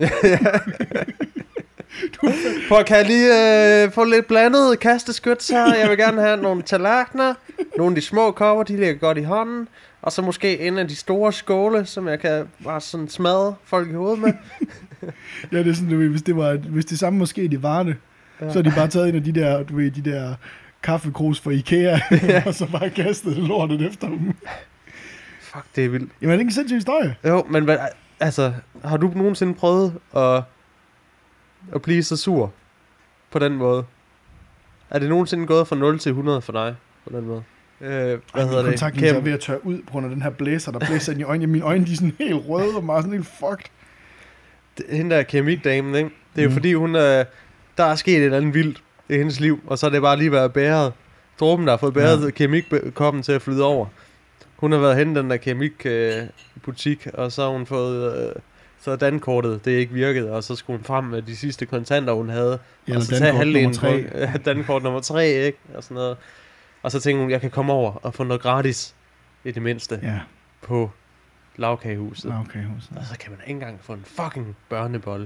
For kan jeg lige øh, få lidt blandet kasteskyts her? Jeg vil gerne have nogle tallerkener, nogle af de små kopper, de ligger godt i hånden, og så måske en af de store skåle, som jeg kan bare sådan smadre folk i hovedet med. Ja, det er sådan, du ved, hvis det var, hvis det samme måske de var det, ja. Så er de bare taget en af de der, du ved, de der kaffekrus fra IKEA, ja. Og så bare kastet lortet efter dem. Fuck, det er vildt. Jamen, det er ikke en sindssyg historie. Jo, men hvad, altså, har du nogensinde prøvet at, at blive så sur på den måde? Er det nogensinde gået fra nul til hundrede for dig på den måde? Øh, hvad Ej, hedder det? Kontakten er ved at tørre ud på grund af den her blæser, der blæser ind i øjnene. Mine øjne, de er sådan helt røde og meget sådan helt fucked. Det, hende der keramikdamen, ikke? Det er jo mm. fordi, hun er, der er sket et eller andet vildt i hendes liv, og så er det bare lige været bæret. Dråben, der har fået bæret ja. keramikkoppen til at flyde over. Hun har været hen den der keramikbutik, øh, og så har hun fået... Øh, så dankortet, det ikke virkede, og så skulle hun frem med de sidste kontanter, hun havde. Ja, og så tage halvdelen på dankort nummer tre, ikke? Og sådan noget. Og så tænkte hun, jeg kan komme over og få noget gratis, i det mindste, ja. På lavkagehuset. Lavkagehuset. Og så kan man ikke engang få en fucking børnebolle.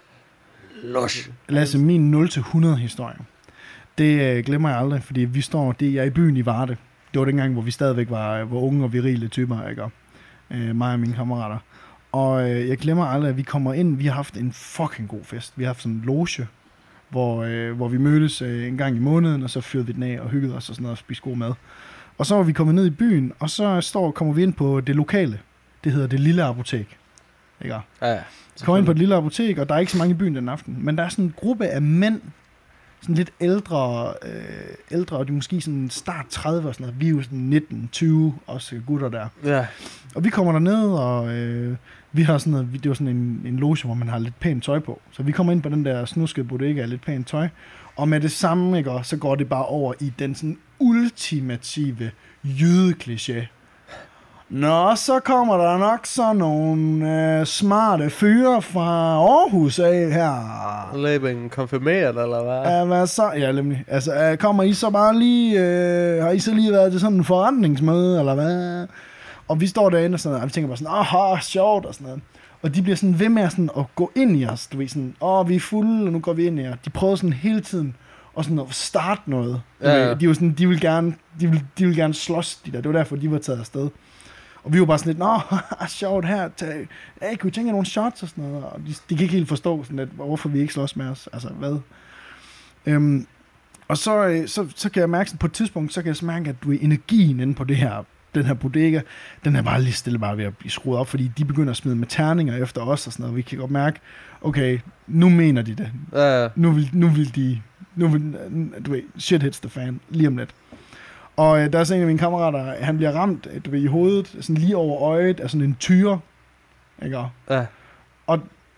Lush. Lasse, min nul til hundrede historie, det øh, glemmer jeg aldrig, fordi vi står, det jeg er i byen i Varde. Det var dengang, hvor vi stadigvæk var, var unge og virile typer, ikke? Øh, mig og mine kammerater. Og øh, jeg glemmer aldrig, at vi kommer ind, vi har haft en fucking god fest. Vi har haft sådan en loge, hvor, øh, hvor vi mødtes øh, en gang i måneden, og så fyrede vi den af og hyggede os og sådan noget og spiste god mad. Og så var vi kommet ned i byen, og så står, kommer vi ind på det lokale. Det hedder Det Lille Apotek. Ikke? Ja, ja. Så kommer ind på et lille apotek, og der er ikke så mange i byen den aften. Men der er sådan en gruppe af mænd, sådan lidt ældre, øh, ældre, og de er måske sådan start tredive og sådan noget. Vi er jo sådan nitten tyve, også gutter der. Ja. Og vi kommer derned, og øh, vi har sådan noget, det var sådan en, en loge, hvor man har lidt pænt tøj på. Så vi kommer ind på den der snuskede bodega af lidt pænt tøj. Og med det samme, ikke, så går det bare over i den sådan ultimative jydekliché. Nå, så kommer der nok sådan nogle øh, smarte fyre fra Aarhus af her. Læbingen konfirmeret, eller hvad? Ja, hvad så? Ja, nemlig. Altså, øh, kommer I så bare lige... Øh, har I så lige været til sådan en forretningsmøde, eller hvad? Og vi står derinde og sådan noget, og vi tænker bare sådan, åh, sjovt, og sådan noget. Og de bliver sådan ved med sådan at gå ind i os, du ved, sådan, åh, vi er fulde, og nu går vi ind i jer. De prøver sådan hele tiden og sådan at starte noget. Ja, ja. De, var sådan, de, ville gerne, de, ville, de ville gerne slås, de der. Det var derfor, de var taget afsted. Og vi var bare sådan lidt, nå, sjovt her, tag, hey, kunne vi tænke nogle shots og sådan noget, og de, de kan ikke helt forstå sådan lidt, hvorfor vi ikke slås med os, altså hvad. Øhm, og så, så, så kan jeg mærke, sådan, på et tidspunkt, så kan jeg mærke, at du er energien inde på det her, den her bodega, den er bare lige stille bare ved at blive skruet op, fordi de begynder at smide med terninger efter os og sådan noget, og vi kan godt mærke, okay, nu mener de det. Ja, ja. Nu vil, nu vil de, nu vil, du ved, shit hits the fan, lige om lidt. Og øh, der er så en af mine kammerater, han bliver ramt, du ved, i hovedet, sådan lige over øjet af sådan en tyre, ikke? Ja. Og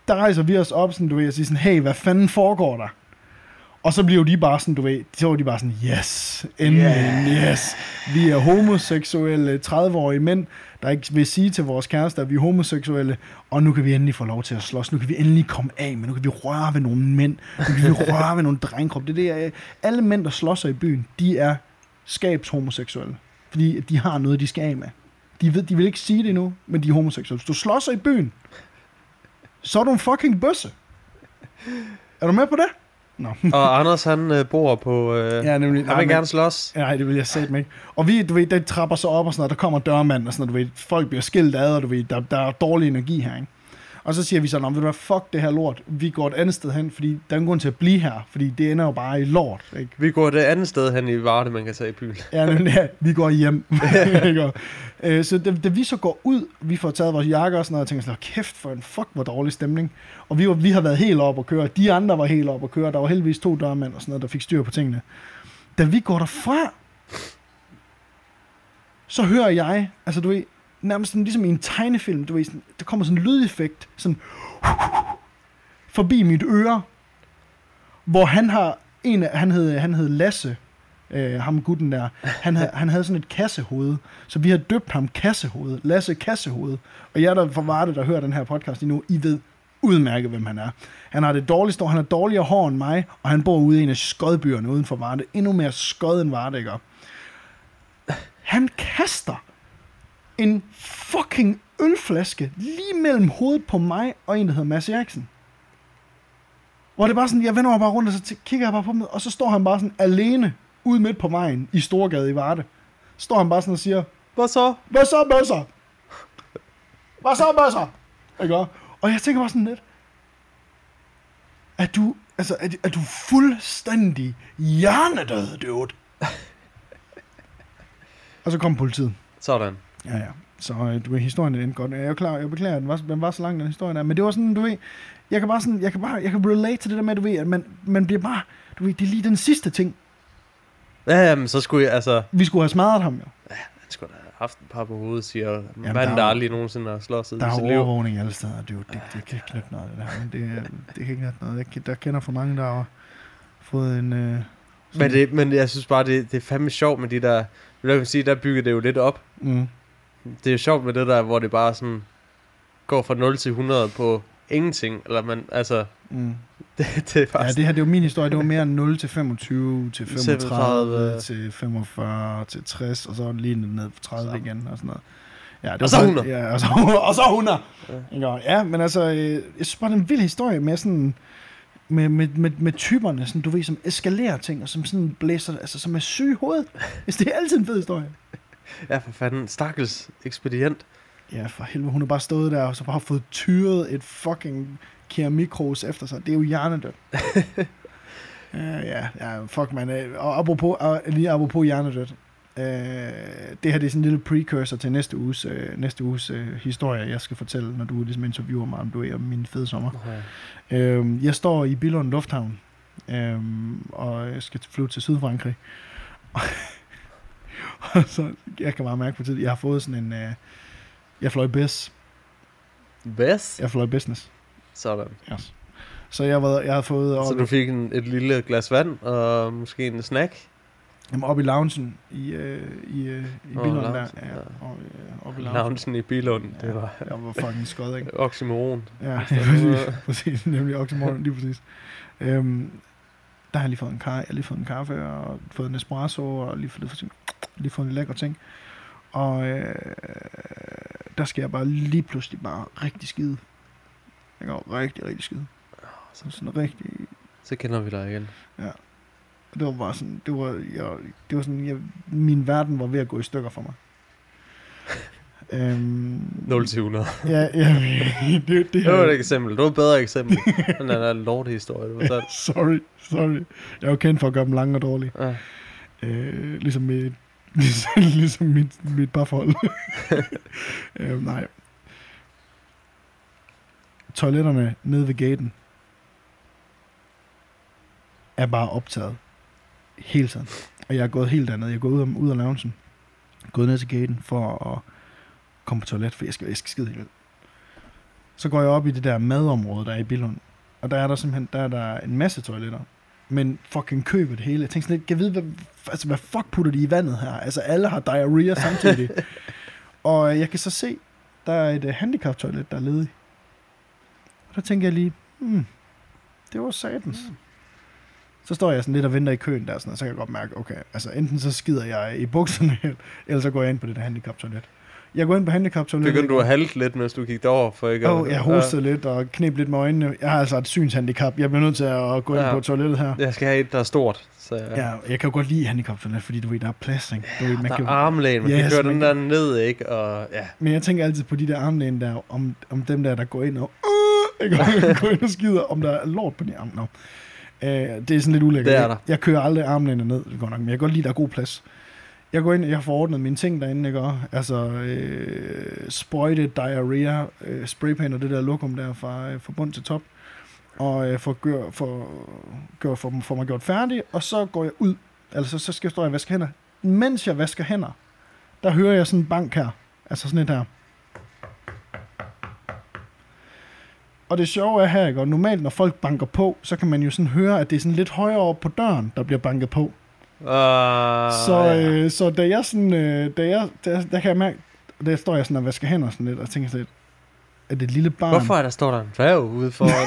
der rejser vi os op, sådan, du ved, og siger sådan, hey, hvad fanden foregår der? Og så bliver de bare sådan, du ved, så var de bare sådan, yes, endelig, yeah. yes. Vi er homoseksuelle tredive-årige mænd, der ikke vil sige til vores kærester, at vi er homoseksuelle, og nu kan vi endelig få lov til at slås, nu kan vi endelig komme af, men nu kan vi røre ved nogle mænd, nu kan vi røre ved nogle drengkrop. Det er det, alle mænd, der slås i byen, de er skabshomoseksuelle, fordi de har noget, de skal af med. De, ved, de vil ikke sige det endnu, men de er homoseksuelle. Hvis du slås i byen, så er du en fucking bøsse. Er du med på det? No. Og Anders, han øh, bor på... Øh, ja, nemlig. Han vil gerne slås. Nej, det vil jeg sætte mig ikke. Og vi, du ved, det trapper sig op og sådan noget. Der kommer dørmand og sådan noget, du ved. Folk bliver skilt ad, og du ved, der, der er dårlig energi her, ikke? Og så siger vi sådan, ved du hvad, fuck det her lort. Vi går et andet sted hen, fordi der er en grund til at blive her. Fordi det ender jo bare i lort, ikke? Vi går et andet sted hen i Varde, man kan tage i byen. Ja, nemlig, ja, vi går hjem. øh, så da, da vi så går ud, vi får taget vores jakker og sådan noget, og tænker sådan, kæft for en fuck, hvor dårlig stemning. Og vi, var, vi har været helt op at køre. De andre var helt op at køre. Der var heldigvis to dørmænd og sådan noget, der fik styr på tingene. Da vi går derfra, så hører jeg, altså du ved, nærmest sådan, ligesom i en tegnefilm, du ved, sådan, der kommer sådan en lydeffekt, sådan forbi mit øre, hvor han har, en af, han hed, han hed Lasse, øh, ham gutten der, han havde, han havde sådan et kassehoved, så vi har døbt ham Kassehoved, Lasse Kassehoved, og jeg der fra Varde, der hører den her podcast lige nu, I ved udmærket, hvem han er. Han har det dårligste, han har dårligere hår end mig, og han bor ude i en af skodbyerne uden for Varde, endnu mere skod end Varde, ikke? Han kaster en fucking ølflaske lige mellem hovedet på mig og en, der hedder Mads Eriksen. Hvor det bare sådan, jeg vender mig bare rundt, og så kigger jeg bare på ham, og så står han bare sådan alene ude midt på vejen i Storgade i Varde. Står han bare sådan og siger, hvad så? Hvad så, bøsser? Hvad så, bøsser? Ikke? Og jeg tænker bare sådan lidt, er du, altså, er, er du fuldstændig hjernedød, dude? Og så kom politiet. Sådan. Ja, ja. Så du ved, historien er godt. Jeg er klar, jeg beklager, den var, den var så lang, den historie der. Men det var sådan, du ved, jeg kan bare sådan, jeg kan bare, jeg kan relate til det der med, du ved, at man, man bliver bare, du ved, det er lige den sidste ting. Ja, jamen, så skulle jeg, altså... Vi skulle have smadret ham, jo. Ja, han skulle have haft et par på hovedet, siger jamen, manden, der aldrig nogensinde har slået der er overvågning alle steder, det, det, det kan ikke knytte noget, det der. Men det, det kan ikke knytte noget. Jeg, der kender for mange, der har fået en... Øh, men, det, men jeg synes bare, det, det er fandme sjovt med de der... Jeg kan sige, der bygger det jo lidt op. Mm. Det er jo sjovt med det der, hvor det bare sådan går fra nul til hundrede på ingenting, eller man, altså, mm. det, det er bare... Ja, det her, det er jo min historie, det var mere nul til femogtyve, til femogtredive, til femogfyrre, til tres, og så lige ned på tredive så. Igen, og sådan noget. Ja, det og, så hundrede. Ja, og så og så hundrede. Ja. ja, men altså, jeg synes bare, det er en vild historie med sådan, med, med, med, med typerne, sådan, du ved, som eskalerer ting, og som sådan blæser, altså, som er syge i hovedet. Det er altid en fed historie. Ja, for fanden. Stakkels ekspedient. Ja, for helvede. Hun har bare stået der, og så bare fået tyret et fucking keramikros efter sig. Det er jo hjernedødt. ja, ja, ja, fuck man. Og apropos, lige apropos hjernedødt. Uh, det her, det er sådan en lille precursor til næste uges, uh, næste uges uh, historie, jeg skal fortælle, når du ligesom interviewer mig, om du er om min fede sommer. Okay. Uh, jeg står i Billund Lufthavn, uh, og jeg skal flyve til Sydfrankrig. Og så, jeg kan bare mærke på tid, jeg har fået sådan en, uh, jeg fløj B S. B S? Jeg fløj business. Sådan. Yes. Så jeg, var, jeg har fået... Så du fik en, et lille glas vand, og måske en snack? Jamen, op i loungen i, uh, i, uh, i oh, Billund der. Ja, ja. og, uh, op i loungen. Loungen i Billund, ja, det var... Jeg var fucking skød, ikke? Oxymoron. Ja, præcis, præcis, nemlig oxymoron, lige præcis. Um, der har jeg lige fået en kaffe, jeg har lige fået en kaffe, og fået en espresso, og lige fået, lige fået en lækker ting. Og øh, der skal jeg bare lige pludselig bare rigtig skide. Jeg går rigtig, rigtig skide. Så sådan rigtig... Så kender vi dig igen. Ja. Det var bare sådan, det var, jeg, det var sådan, jeg, min verden var ved at gå i stykker for mig. øhm, nul til hundrede. Ja, ja. Det, det, det var et eksempel. Det var et bedre eksempel. Den er en lortehistorie. Det var sorry, sorry. Jeg er jo kendt for at gøre dem lange og dårlige. Ja. Øh, ligesom mit, ligesom, ligesom mit, mit parforhold. øh, nej. Toiletterne nede ved gaten er bare optaget hele tiden. Og jeg er gået helt dernede. Jeg er gået ud af, ud af loungen. Gået ned til gaten for at komme på toilet, for jeg skal, jeg skal skide helt. Så går jeg op i det der madområde, der er i Billund. Og der er der simpelthen der er der en masse toiletter. Men fucking køber det hele. Jeg tænker sådan lidt, kan jeg vide, hvad, altså, hvad fuck putter de i vandet her? Altså, alle har diarrhea samtidig. Og jeg kan så se, der er et uh, handicap-toilet, der er ledig. Og der tænker jeg lige, hmm, det var satans. Mm. Så står jeg sådan lidt og venter i køen der, sådan, og så kan jeg godt mærke, okay, altså enten så skider jeg i bukserne, eller så går jeg ind på det der handicap-toilet. Jeg går ind på handicap-toilettet. Begyndte du at halte lidt, mens du gik derover? For ikke Åh, oh, jeg hostede ja. lidt og knep lidt med øjnene. Jeg har altså et synshandicap. Jeg bliver nødt til at gå ind ja. på toilettet her. Jeg skal have et, der er stort. Så ja. ja, jeg kan jo godt lide handicap-toilet, fordi du ved, der er plads, ikke? Du ja, ved, man der kan er armlæn, man yes, kan køre den kan... der ned, ikke? Og, ja. Men jeg tænker altid på de der armlæn der, om, om dem der, der går ind og, øh, ikke, går ind og skider, om der er lort på de arme. No. Uh, det er sådan lidt ulækkert. Det er der. Jeg kører aldrig armlænet ned, det går nok, men jeg kan godt lide, der er god plads. Jeg går ind, jeg har forordnet mine ting derinde, ikke? Altså, øh, sprøjte, diarrhea, øh, spraypaint og det der lokum der fra, øh, fra bund til top. Og øh, for, gør, for, gør, for, for mig gjort færdig, og så går jeg ud. Altså, så skal jeg stå og vaske hænder. Mens jeg vasker hænder, der hører jeg sådan en bank her. Altså sådan et her. Og det sjove er her, ikke? Og normalt, når folk banker på, så kan man jo sådan høre, at det er sådan lidt højere op på døren, der bliver banket på. Uh, så, øh, så da jeg sådan, øh, da jeg, der, der kan jeg mærke, der står jeg sådan og vasker hænder sådan lidt, og tænker sådan lidt, er det et lille barn? Hvorfor er der står der en dværg ude foran?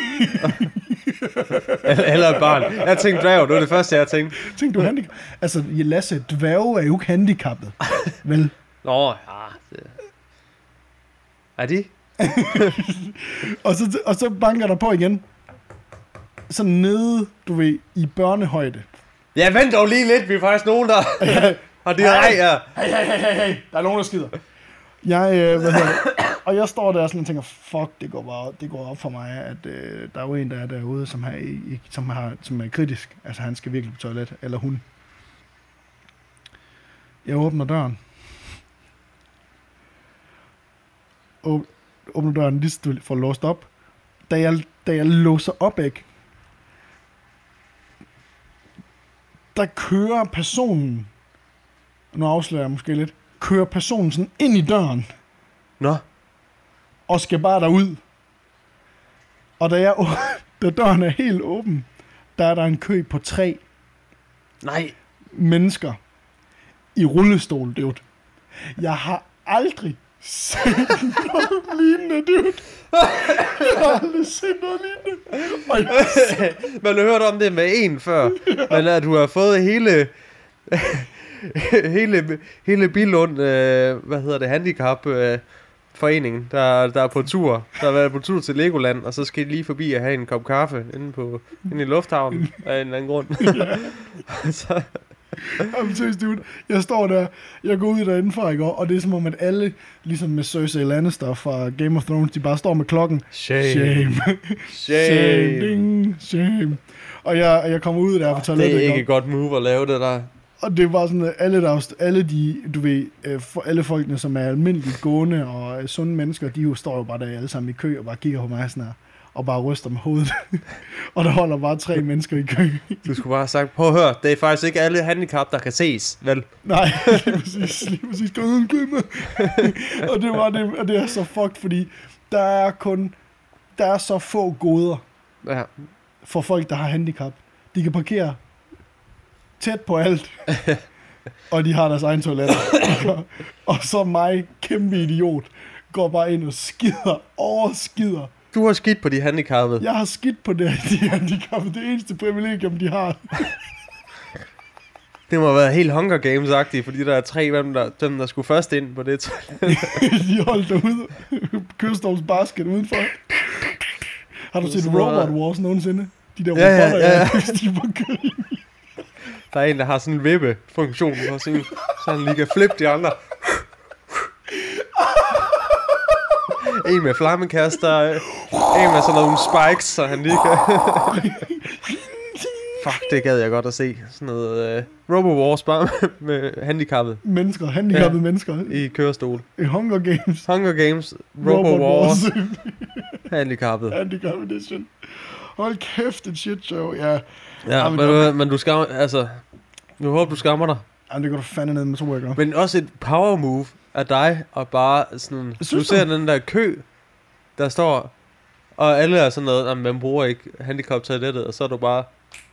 eller, eller et barn. Jeg tænkte dværg, det var det første, jeg tænkte. Tænkte du handicap? Altså, Lasse, dværge er jo ikke handicappet, vel? Nå, ja. Det... Er de? og, så, og så banker der på igen. Så nede, du ved, i børnehøjde. Ja, vent dog lige lidt. Vi er faktisk nogen, der har det her. Ja. Hey, hey, hey, hey, hey. Der er nogen, der skider. Jeg, øh, hvad hedder det? Og jeg står der sådan og tænker, fuck, det går bare det går op for mig, at øh, der er jo en, der er derude, som, har, som, har, som er kritisk. Altså, han skal virkelig på toilet, eller hun. Jeg åbner døren. Åb- åbner døren lige så får låst op. Da jeg, da jeg låser op, ikke? Der kører personen, nu afslører jeg måske lidt, kører personen sådan ind i døren. Nå. Og skal bare derud. Og da, jeg, da døren er helt åben, der er der en kø på tre Nej. mennesker i rullestol, dude. Jeg har aldrig set noget lignende, dude. Jeg har aldrig set noget lignende. Jeg... Man har hørt om det med en før, men at du har fået hele... hele, hele Billund, øh, hvad hedder det, handicap øh, foreningen, der, der er på tur, der har været på tur til Legoland, og så skal de lige forbi at have en kop kaffe inde, på, inde i lufthavnen af en eller anden grund. så. Jamen seriøst, dude. Jeg står der, jeg går ud derinde fra, ikke? Og det er som om, at alle, ligesom med Cersei Lannister fra Game of Thrones, de bare står med klokken. Shame. Shame. Shame. Ding. Shame. Og jeg, jeg kommer ud der fra toilettet. Det er ikke et godt move at lave det der. Og det var sådan, at alle, der, alle de, du ved, for alle folkene, som er almindeligt gående og sunde mennesker, de jo står jo bare der alle sammen i kø og bare kigger på mig sådan her, og bare ryster med hovedet. Og der holder bare tre mennesker i kø. Du skulle bare have sagt, prøv at høre, det er faktisk ikke alle handicap, der kan ses, vel? Nej, lige præcis, lige præcis. Gå uden kø med. Og det var det, og det er så fucked, fordi der er kun, der er så få goder ja. for folk, der har handicap. De kan parkere tæt på alt, og de har deres egen toiletter. Og så mig, kæmpe idiot, går bare ind og skider, overskider. Du har skidt på de handicappede. Jeg har skidt på det, de handicappede. Det eneste privilegium, de har. Det må have været helt Hunger Games-agtigt, fordi der er tre af dem, der, dem, der skulle først ind på det. De holdt derude. Kørstovs basket udenfor. Har du set Robot Wars nogensinde? De der ja, robotter, ja, ja. de var kørt. Der er en, der har sådan en vippe-funktion, så han lige kan flippe de andre. En med flammekaster, en med sådan nogle spikes, så han lige kan... Fuck, det gad jeg godt at se. Sådan noget uh, Robo-Wars bare med, med handicappede. Mennesker, handicappede ja, mennesker. I kørestol. I Hunger Games. Hunger Games, Robo-Wars, handicappede. Handicappede edition. Hold kæft, et shit show, ja. Ja, men, du, men du skal, altså, jeg håber, du skammer dig. Jamen, det går du fandme ned med, tror jeg. Men også et power move af dig, og bare sådan, du ser den der kø, der står, og alle er sådan noget, man bruger ikke handicap-toilettet, og så er du bare,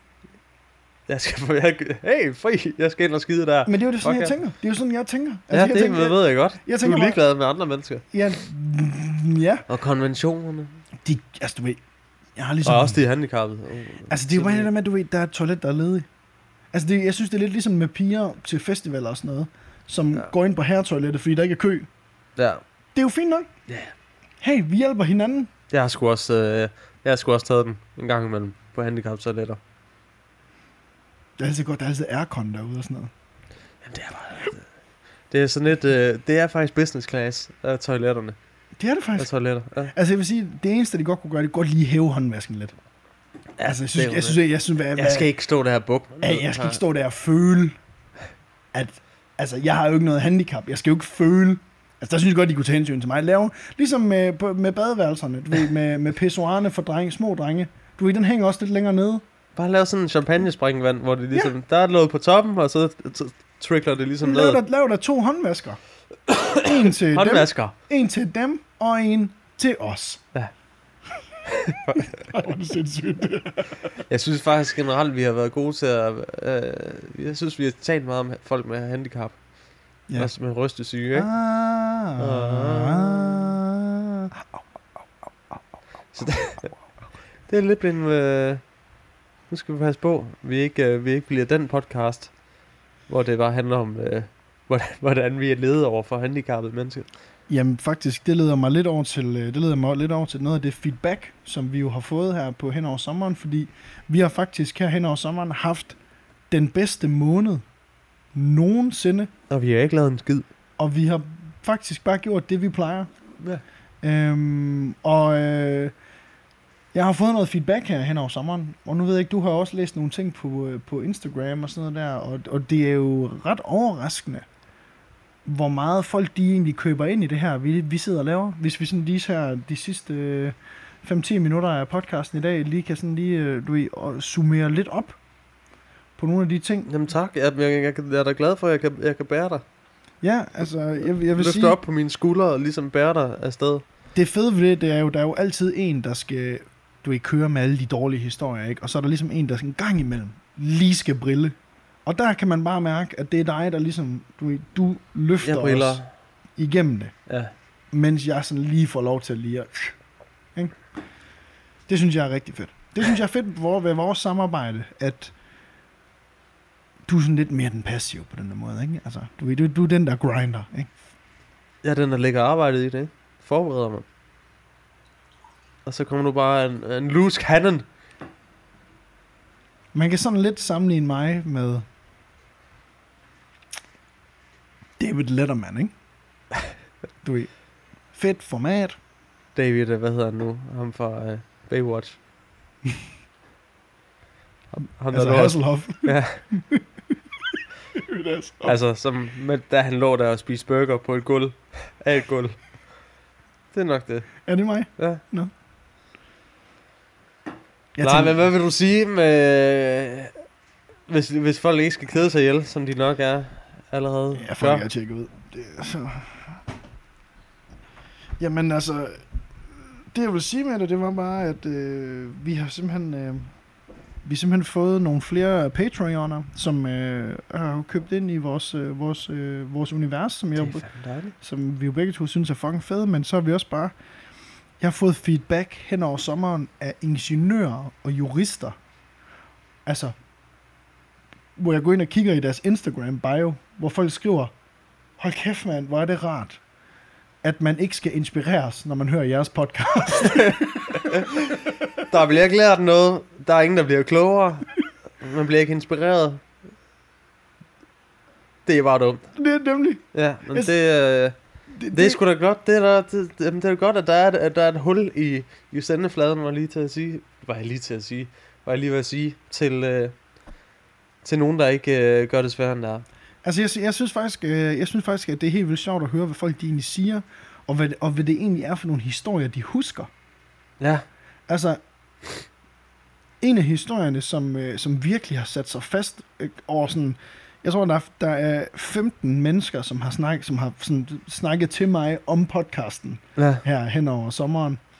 jeg skal, jeg, hey, fri, jeg skal ind og skide der. Men det er jo det, sådan, okay. jeg tænker. Det er jo sådan, jeg tænker. Altså, ja, jeg det tænker, jeg, ved jeg godt. Jeg tænker du er ligeglad med andre mennesker. Ja, ja. Og konventionerne. De, altså, du ved, jeg har ligesom... Og også de handicappede. Oh, altså, det er jo bare det med, du ved, der er et toilet, der er ledigt. Altså, det, jeg synes, det er lidt ligesom med piger til festivaler og sådan noget, som ja. går ind på herretoilettet, fordi der ikke er kø. Ja. Det er jo fint nok. Ja. Yeah. Hey, vi hjælper hinanden. Jeg har sgu også, øh, jeg har sgu også taget den en gang imellem på handicap-toiletter. Det er altid godt, der er altid aircon derude og sådan noget. Jamen, det er bare... Det er sådan lidt... Øh, det er faktisk business class af toiletterne. Det er det faktisk. Af toiletter, ja. Altså, jeg vil sige, det eneste, de godt kunne gøre, det er godt lige hæve håndvasken lidt. Ja, altså, jeg synes, jeg, jeg synes, jeg, jeg synes, hvad, jeg skal ikke stå der og bukke. Jeg, jeg skal ikke stå der og føle, at... Altså, jeg har jo ikke noget handicap. Jeg skal jo ikke føle... Altså, der synes jeg godt, de kunne tage hensyn til mig. Lave, ligesom med, med badeværelserne, du ved, med, med pissoirerne for drenge, små drenge. Du ved, den hænger også lidt længere nede. Bare lave sådan en champagnespringvand, hvor det ligesom... Ja. Der er noget på toppen, og så trickler det ligesom ned. Lav der, lav der to håndvasker. En til håndvasker. dem, en til dem, og en til os. Ja. Ej, hvor er det sindssygt. Jeg synes faktisk generelt, vi har været gode til at... Øh, jeg synes, vi har talt meget om folk med handicap. Ja. Også med rystesyge, ikke? Ah, ah, ah. Så det, det er lidt blevet... Øh, nu skal vi passe på, vi ikke, øh, vi ikke bliver den podcast, hvor det bare handler om, øh, hvordan, hvordan vi er ledet over for handicappede mennesker. Jamen faktisk, det leder mig lidt over til, det leder mig lidt over til noget af det feedback, som vi jo har fået her på hen over sommeren, fordi vi har faktisk her hen over sommeren haft den bedste måned nogensinde. Og vi har ikke lavet en skid. Og vi har faktisk bare gjort det, vi plejer. Ja. Øhm, og øh, jeg har fået noget feedback her hen over sommeren, og nu ved jeg ikke, du har også læst nogle ting på, på Instagram og sådan noget der, og, og det er jo ret overraskende, hvor meget folk de egentlig køber ind i det her, vi, vi sidder og laver. Hvis vi sådan lige her de sidste fem til ti minutter af podcasten i dag, lige kan sådan lige, du ved, summere lidt op på nogle af de ting. Jamen tak, jeg, jeg, jeg, jeg er da glad for, at jeg kan, jeg kan bære dig. Ja, altså, jeg, jeg vil Løfte sige... op på mine skuldre og ligesom bære dig afsted. Det fede ved det, det er jo, der er jo altid en, der skal, du ved, køre med alle de dårlige historier, ikke? Og så er der ligesom en, der en gang imellem lige skal brille. Og der kan man bare mærke, at det er dig, der ligesom, du ved, du løfter os igennem det. Ja. Mens jeg sådan lige får lov til lige at... Ikke? Det synes jeg er rigtig fedt. Det synes jeg er fedt ved vores samarbejde, at du er sådan lidt mere den passive på den der måde, ikke? Altså, du ved, du, du er den, der grinder, ikke? Ja, den, der lægger arbejdet i det, ikke? Forbereder mig. Og så kommer du bare en, en loose cannon. Man kan sådan lidt sammenligne mig med David Letterman, ikke? Du ved, fedt format. David, hvad hedder han nu? Ham fra uh, Baywatch. ham, ham altså Hasselhoff. Ja. Altså, som, med, da han lå der og spiste burger på et gulv. Af et gulv. Det er nok det. Er det mig? Ja. No. Jeg Nej, tænker... men hvad vil du sige med... Hvis, hvis folk ikke skal kede sig ihjel, som de nok er allerede? Ja, folk er tjekket ud. Det er så... Jamen altså... Det jeg vil sige med det, det var bare, at øh, vi har simpelthen... Øh, vi har simpelthen fået nogle flere Patreoner, som øh, har købt ind i vores, øh, vores, øh, vores univers, som, jeg, som vi jo begge to synes er fucking fede, men så har vi også bare... Jeg har fået feedback hen over sommeren af ingeniører og jurister. Altså, hvor jeg går ind og kigger i deres Instagram bio, hvor folk skriver, hold kæft mand, hvor er det rart, at man ikke skal inspireres, når man hører jeres podcast. Der bliver ikke lært noget. Der er ingen, der bliver klogere. Man bliver ikke inspireret. Det er bare dumt. Det er nemlig. Ja, men det, øh, det, det er sgu da godt. Det er, der, det, det er godt, at der er, at der er et hul i, i sendefladen, var lige til at sige. Var jeg lige til at sige. Var jeg lige ved at sige til, øh, til nogen, der ikke øh, gør det sværere, end der er. Altså, jeg, jeg, synes faktisk, øh, jeg synes faktisk, at det er helt vildt sjovt at høre, hvad folk de egentlig siger, og hvad, og hvad det egentlig er for nogle historier, de husker. Ja. Altså, en af historierne, som, øh, som virkelig har sat sig fast øh, over sådan... Jeg tror, der er, der er femten mennesker, som har, snak, som har sådan, snakket til mig om podcasten, ja, her hen over sommeren.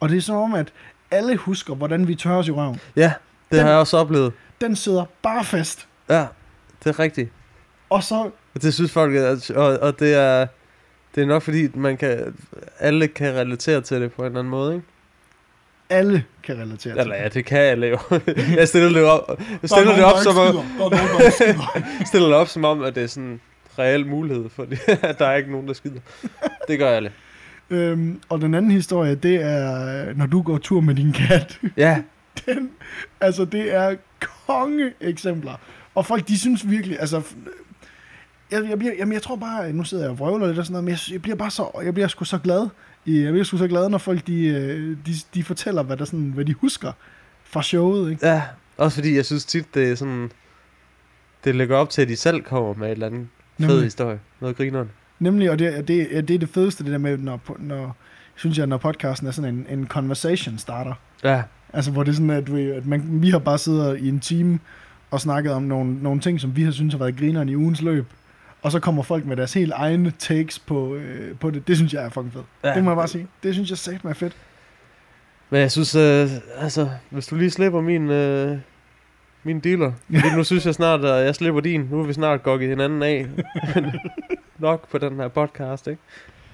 Og det er som om, at alle husker, hvordan vi tørrer os i røven. Ja, det Den- har jeg også oplevet. Den sidder bare fast. Ja, det er rigtigt. Og så, Og det synes folk, at, og, og det er det er nok fordi, man kan, alle kan relatere til det på en eller anden måde, ikke? alle kan relatere til Eller ja, det kan alle jo. Jeg stiller det op, jeg stiller det Der er op nogen, som der om, ikke skider. Der er nogen, der ikke skider. stiller det op som om, at det er sådan en reel mulighed, fordi at der er ikke nogen, der skider. Det gør alle. Øhm, og den anden historie, det er, når du går tur med din kat. Ja, Den, altså, det er konge-eksempler. Og folk, de synes virkelig, altså... Jeg, jeg, bliver, jamen, jeg tror bare, nu sidder jeg og vrøvler lidt og sådan noget, men jeg, jeg bliver bare så, jeg bliver sgu så glad. Jeg bliver sgu så glad, når folk, de, de, de fortæller, hvad, der sådan, hvad de husker fra showet, ikke? ja. Også fordi jeg synes tit, det er sådan, det lægger op til, at de selv kommer med et eller andet fed Nemlig. historie. Noget grineren. Nemlig, og det, det, det er det fedeste, det der med, når, når synes jeg, når podcasten er sådan en, en conversation starter. Ja, Altså, hvor det er sådan, at, vi, at man, vi har bare siddet i en time og snakket om nogle, nogle ting, som vi har synes har været grineren i ugens løb. Og så kommer folk med deres helt egne takes på, øh, på det. Det synes jeg er fucking fedt. ja. Det må jeg bare sige. Det synes jeg sagt mig er fedt. Men jeg synes, øh, altså, hvis du lige slipper min, øh, min dealer, fordi nu synes jeg snart, at jeg slipper din. Nu er vi snart gokket hinanden af. Nok på den her podcast, ikke?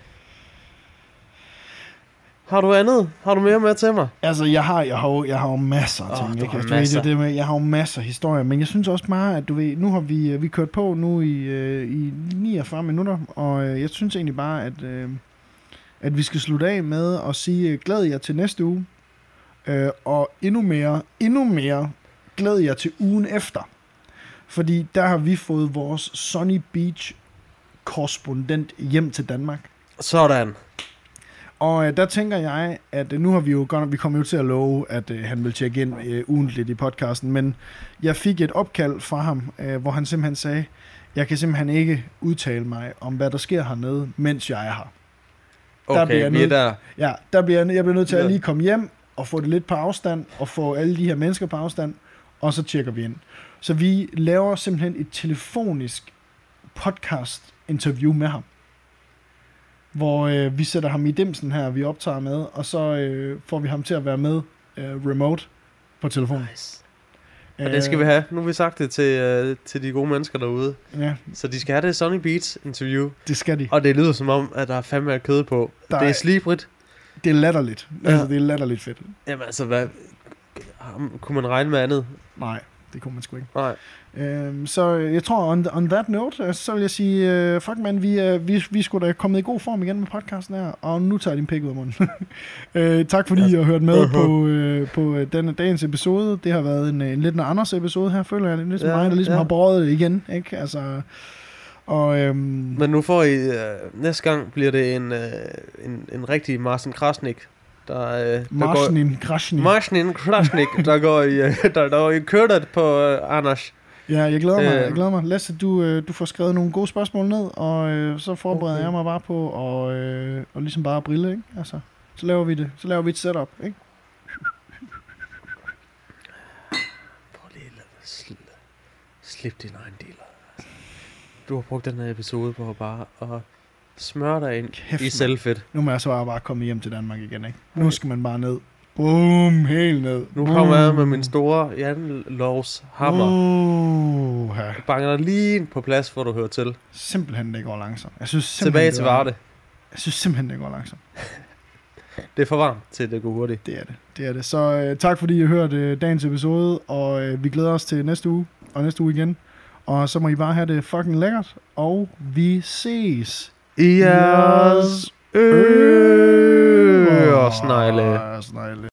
Har du andet? Har du mere med til mig? Altså, jeg har, jeg har, jo, jeg har jo masser af Åh, ting. du ikke? har Altså, du ved, masser. det, det med, jeg har jo masser af historier, men jeg synes også bare, at du ved, nu har vi, øh, vi kørt på nu i, øh, i niogfyrre minutter, og øh, jeg synes egentlig bare, at, øh, at vi skal slutte af med at sige, øh, glæd jer til næste uge, øh, og endnu mere, endnu mere, glæd jer til ugen efter. Fordi der har vi fået vores Sunny Beach korrespondent hjem til Danmark. Sådan. Og øh, der tænker jeg, at øh, nu har vi jo godt, vi kommer jo til at love, at øh, han vil tjekke ind øh, ugentligt i podcasten, men jeg fik et opkald fra ham, øh, hvor han simpelthen sagde, jeg kan simpelthen ikke udtale mig om, hvad der sker hernede, mens jeg er her. Der bliver Okay, jeg vi er nødt- der. Ja, der bliver jeg, jeg bliver nødt til at Ja. lige komme hjem og få det lidt på afstand, og få alle de her mennesker på afstand, og så tjekker vi ind. Så vi laver simpelthen et telefonisk podcast-interview med ham, hvor øh, vi sætter ham i dimsen her, vi optager med, og så øh, får vi ham til at være med øh, remote på telefonen. Nice. Og det skal vi have. Nu har vi sagt det til, øh, til de gode mennesker derude. Ja, Så de skal have det Sunny Beach interview. det skal de. Og det lyder som om, at der er fandme af kød på. Der det er er- slibrigt. Det er latterligt. Ja. Altså, det er latterligt fedt. Jamen altså, hvad, kunne man regne med andet? Nej, det kunne man sgu ikke. Nej. Øhm, så jeg tror, on, on that note, øh, så vil jeg sige, øh, fuck man, vi, øh, vi, vi skulle da kommet i god form igen med podcasten her, og nu tager jeg din pik ud af munden. øh, tak fordi I har hørt med på, øh, på øh, denne dagens episode. Det har været en, en lidt en Anders episode her, føler jeg. Det er ligesom Ja, mig, der ligesom ja. har båret det igen, ikke? Altså, og, øhm, Men nu får I, øh, næste gang bliver det en, øh, en, en rigtig Marcin Krasnik, der, øh, der går... Marcin Krasnik. Marcin Krasnik, der går i, øh, der, der går i køret på øh, Anders. Ja, jeg glæder mig. Øh. Jeg glæder mig. Lasse, du, øh, du får skrevet nogle gode spørgsmål ned, og øh, så forbereder Okay. jeg mig bare på og, øh, og ligesom bare brille, ikke? Altså, så laver vi det. Så laver vi et setup, ikke? Prøv lige at sl- slip din egen dealer. Du har brugt den her episode på bare at smøre dig ind Kæft, i mand. selvfedt. Nu må jeg så bare komme hjem til Danmark igen, ikke? Nu skal man bare ned. Boom, helt ned. Nu kommer jeg med min store Jan Lovs hammer. Uh, ja. Banger dig lige ind på plads, hvor du hører til. Simpelthen, det går langsomt. Jeg synes Tilbage simpelthen, til det går- Varde. Jeg synes simpelthen, det går langsomt. Det er for varmt til, at det går hurtigt. Det er det. Det er det. Så øh, tak fordi I hørte øh, dagens episode, og øh, vi glæder os til næste uge, og næste uge igen. Og så må I bare have det fucking lækkert, og vi ses. I jeres øresnegle. Øresnegle.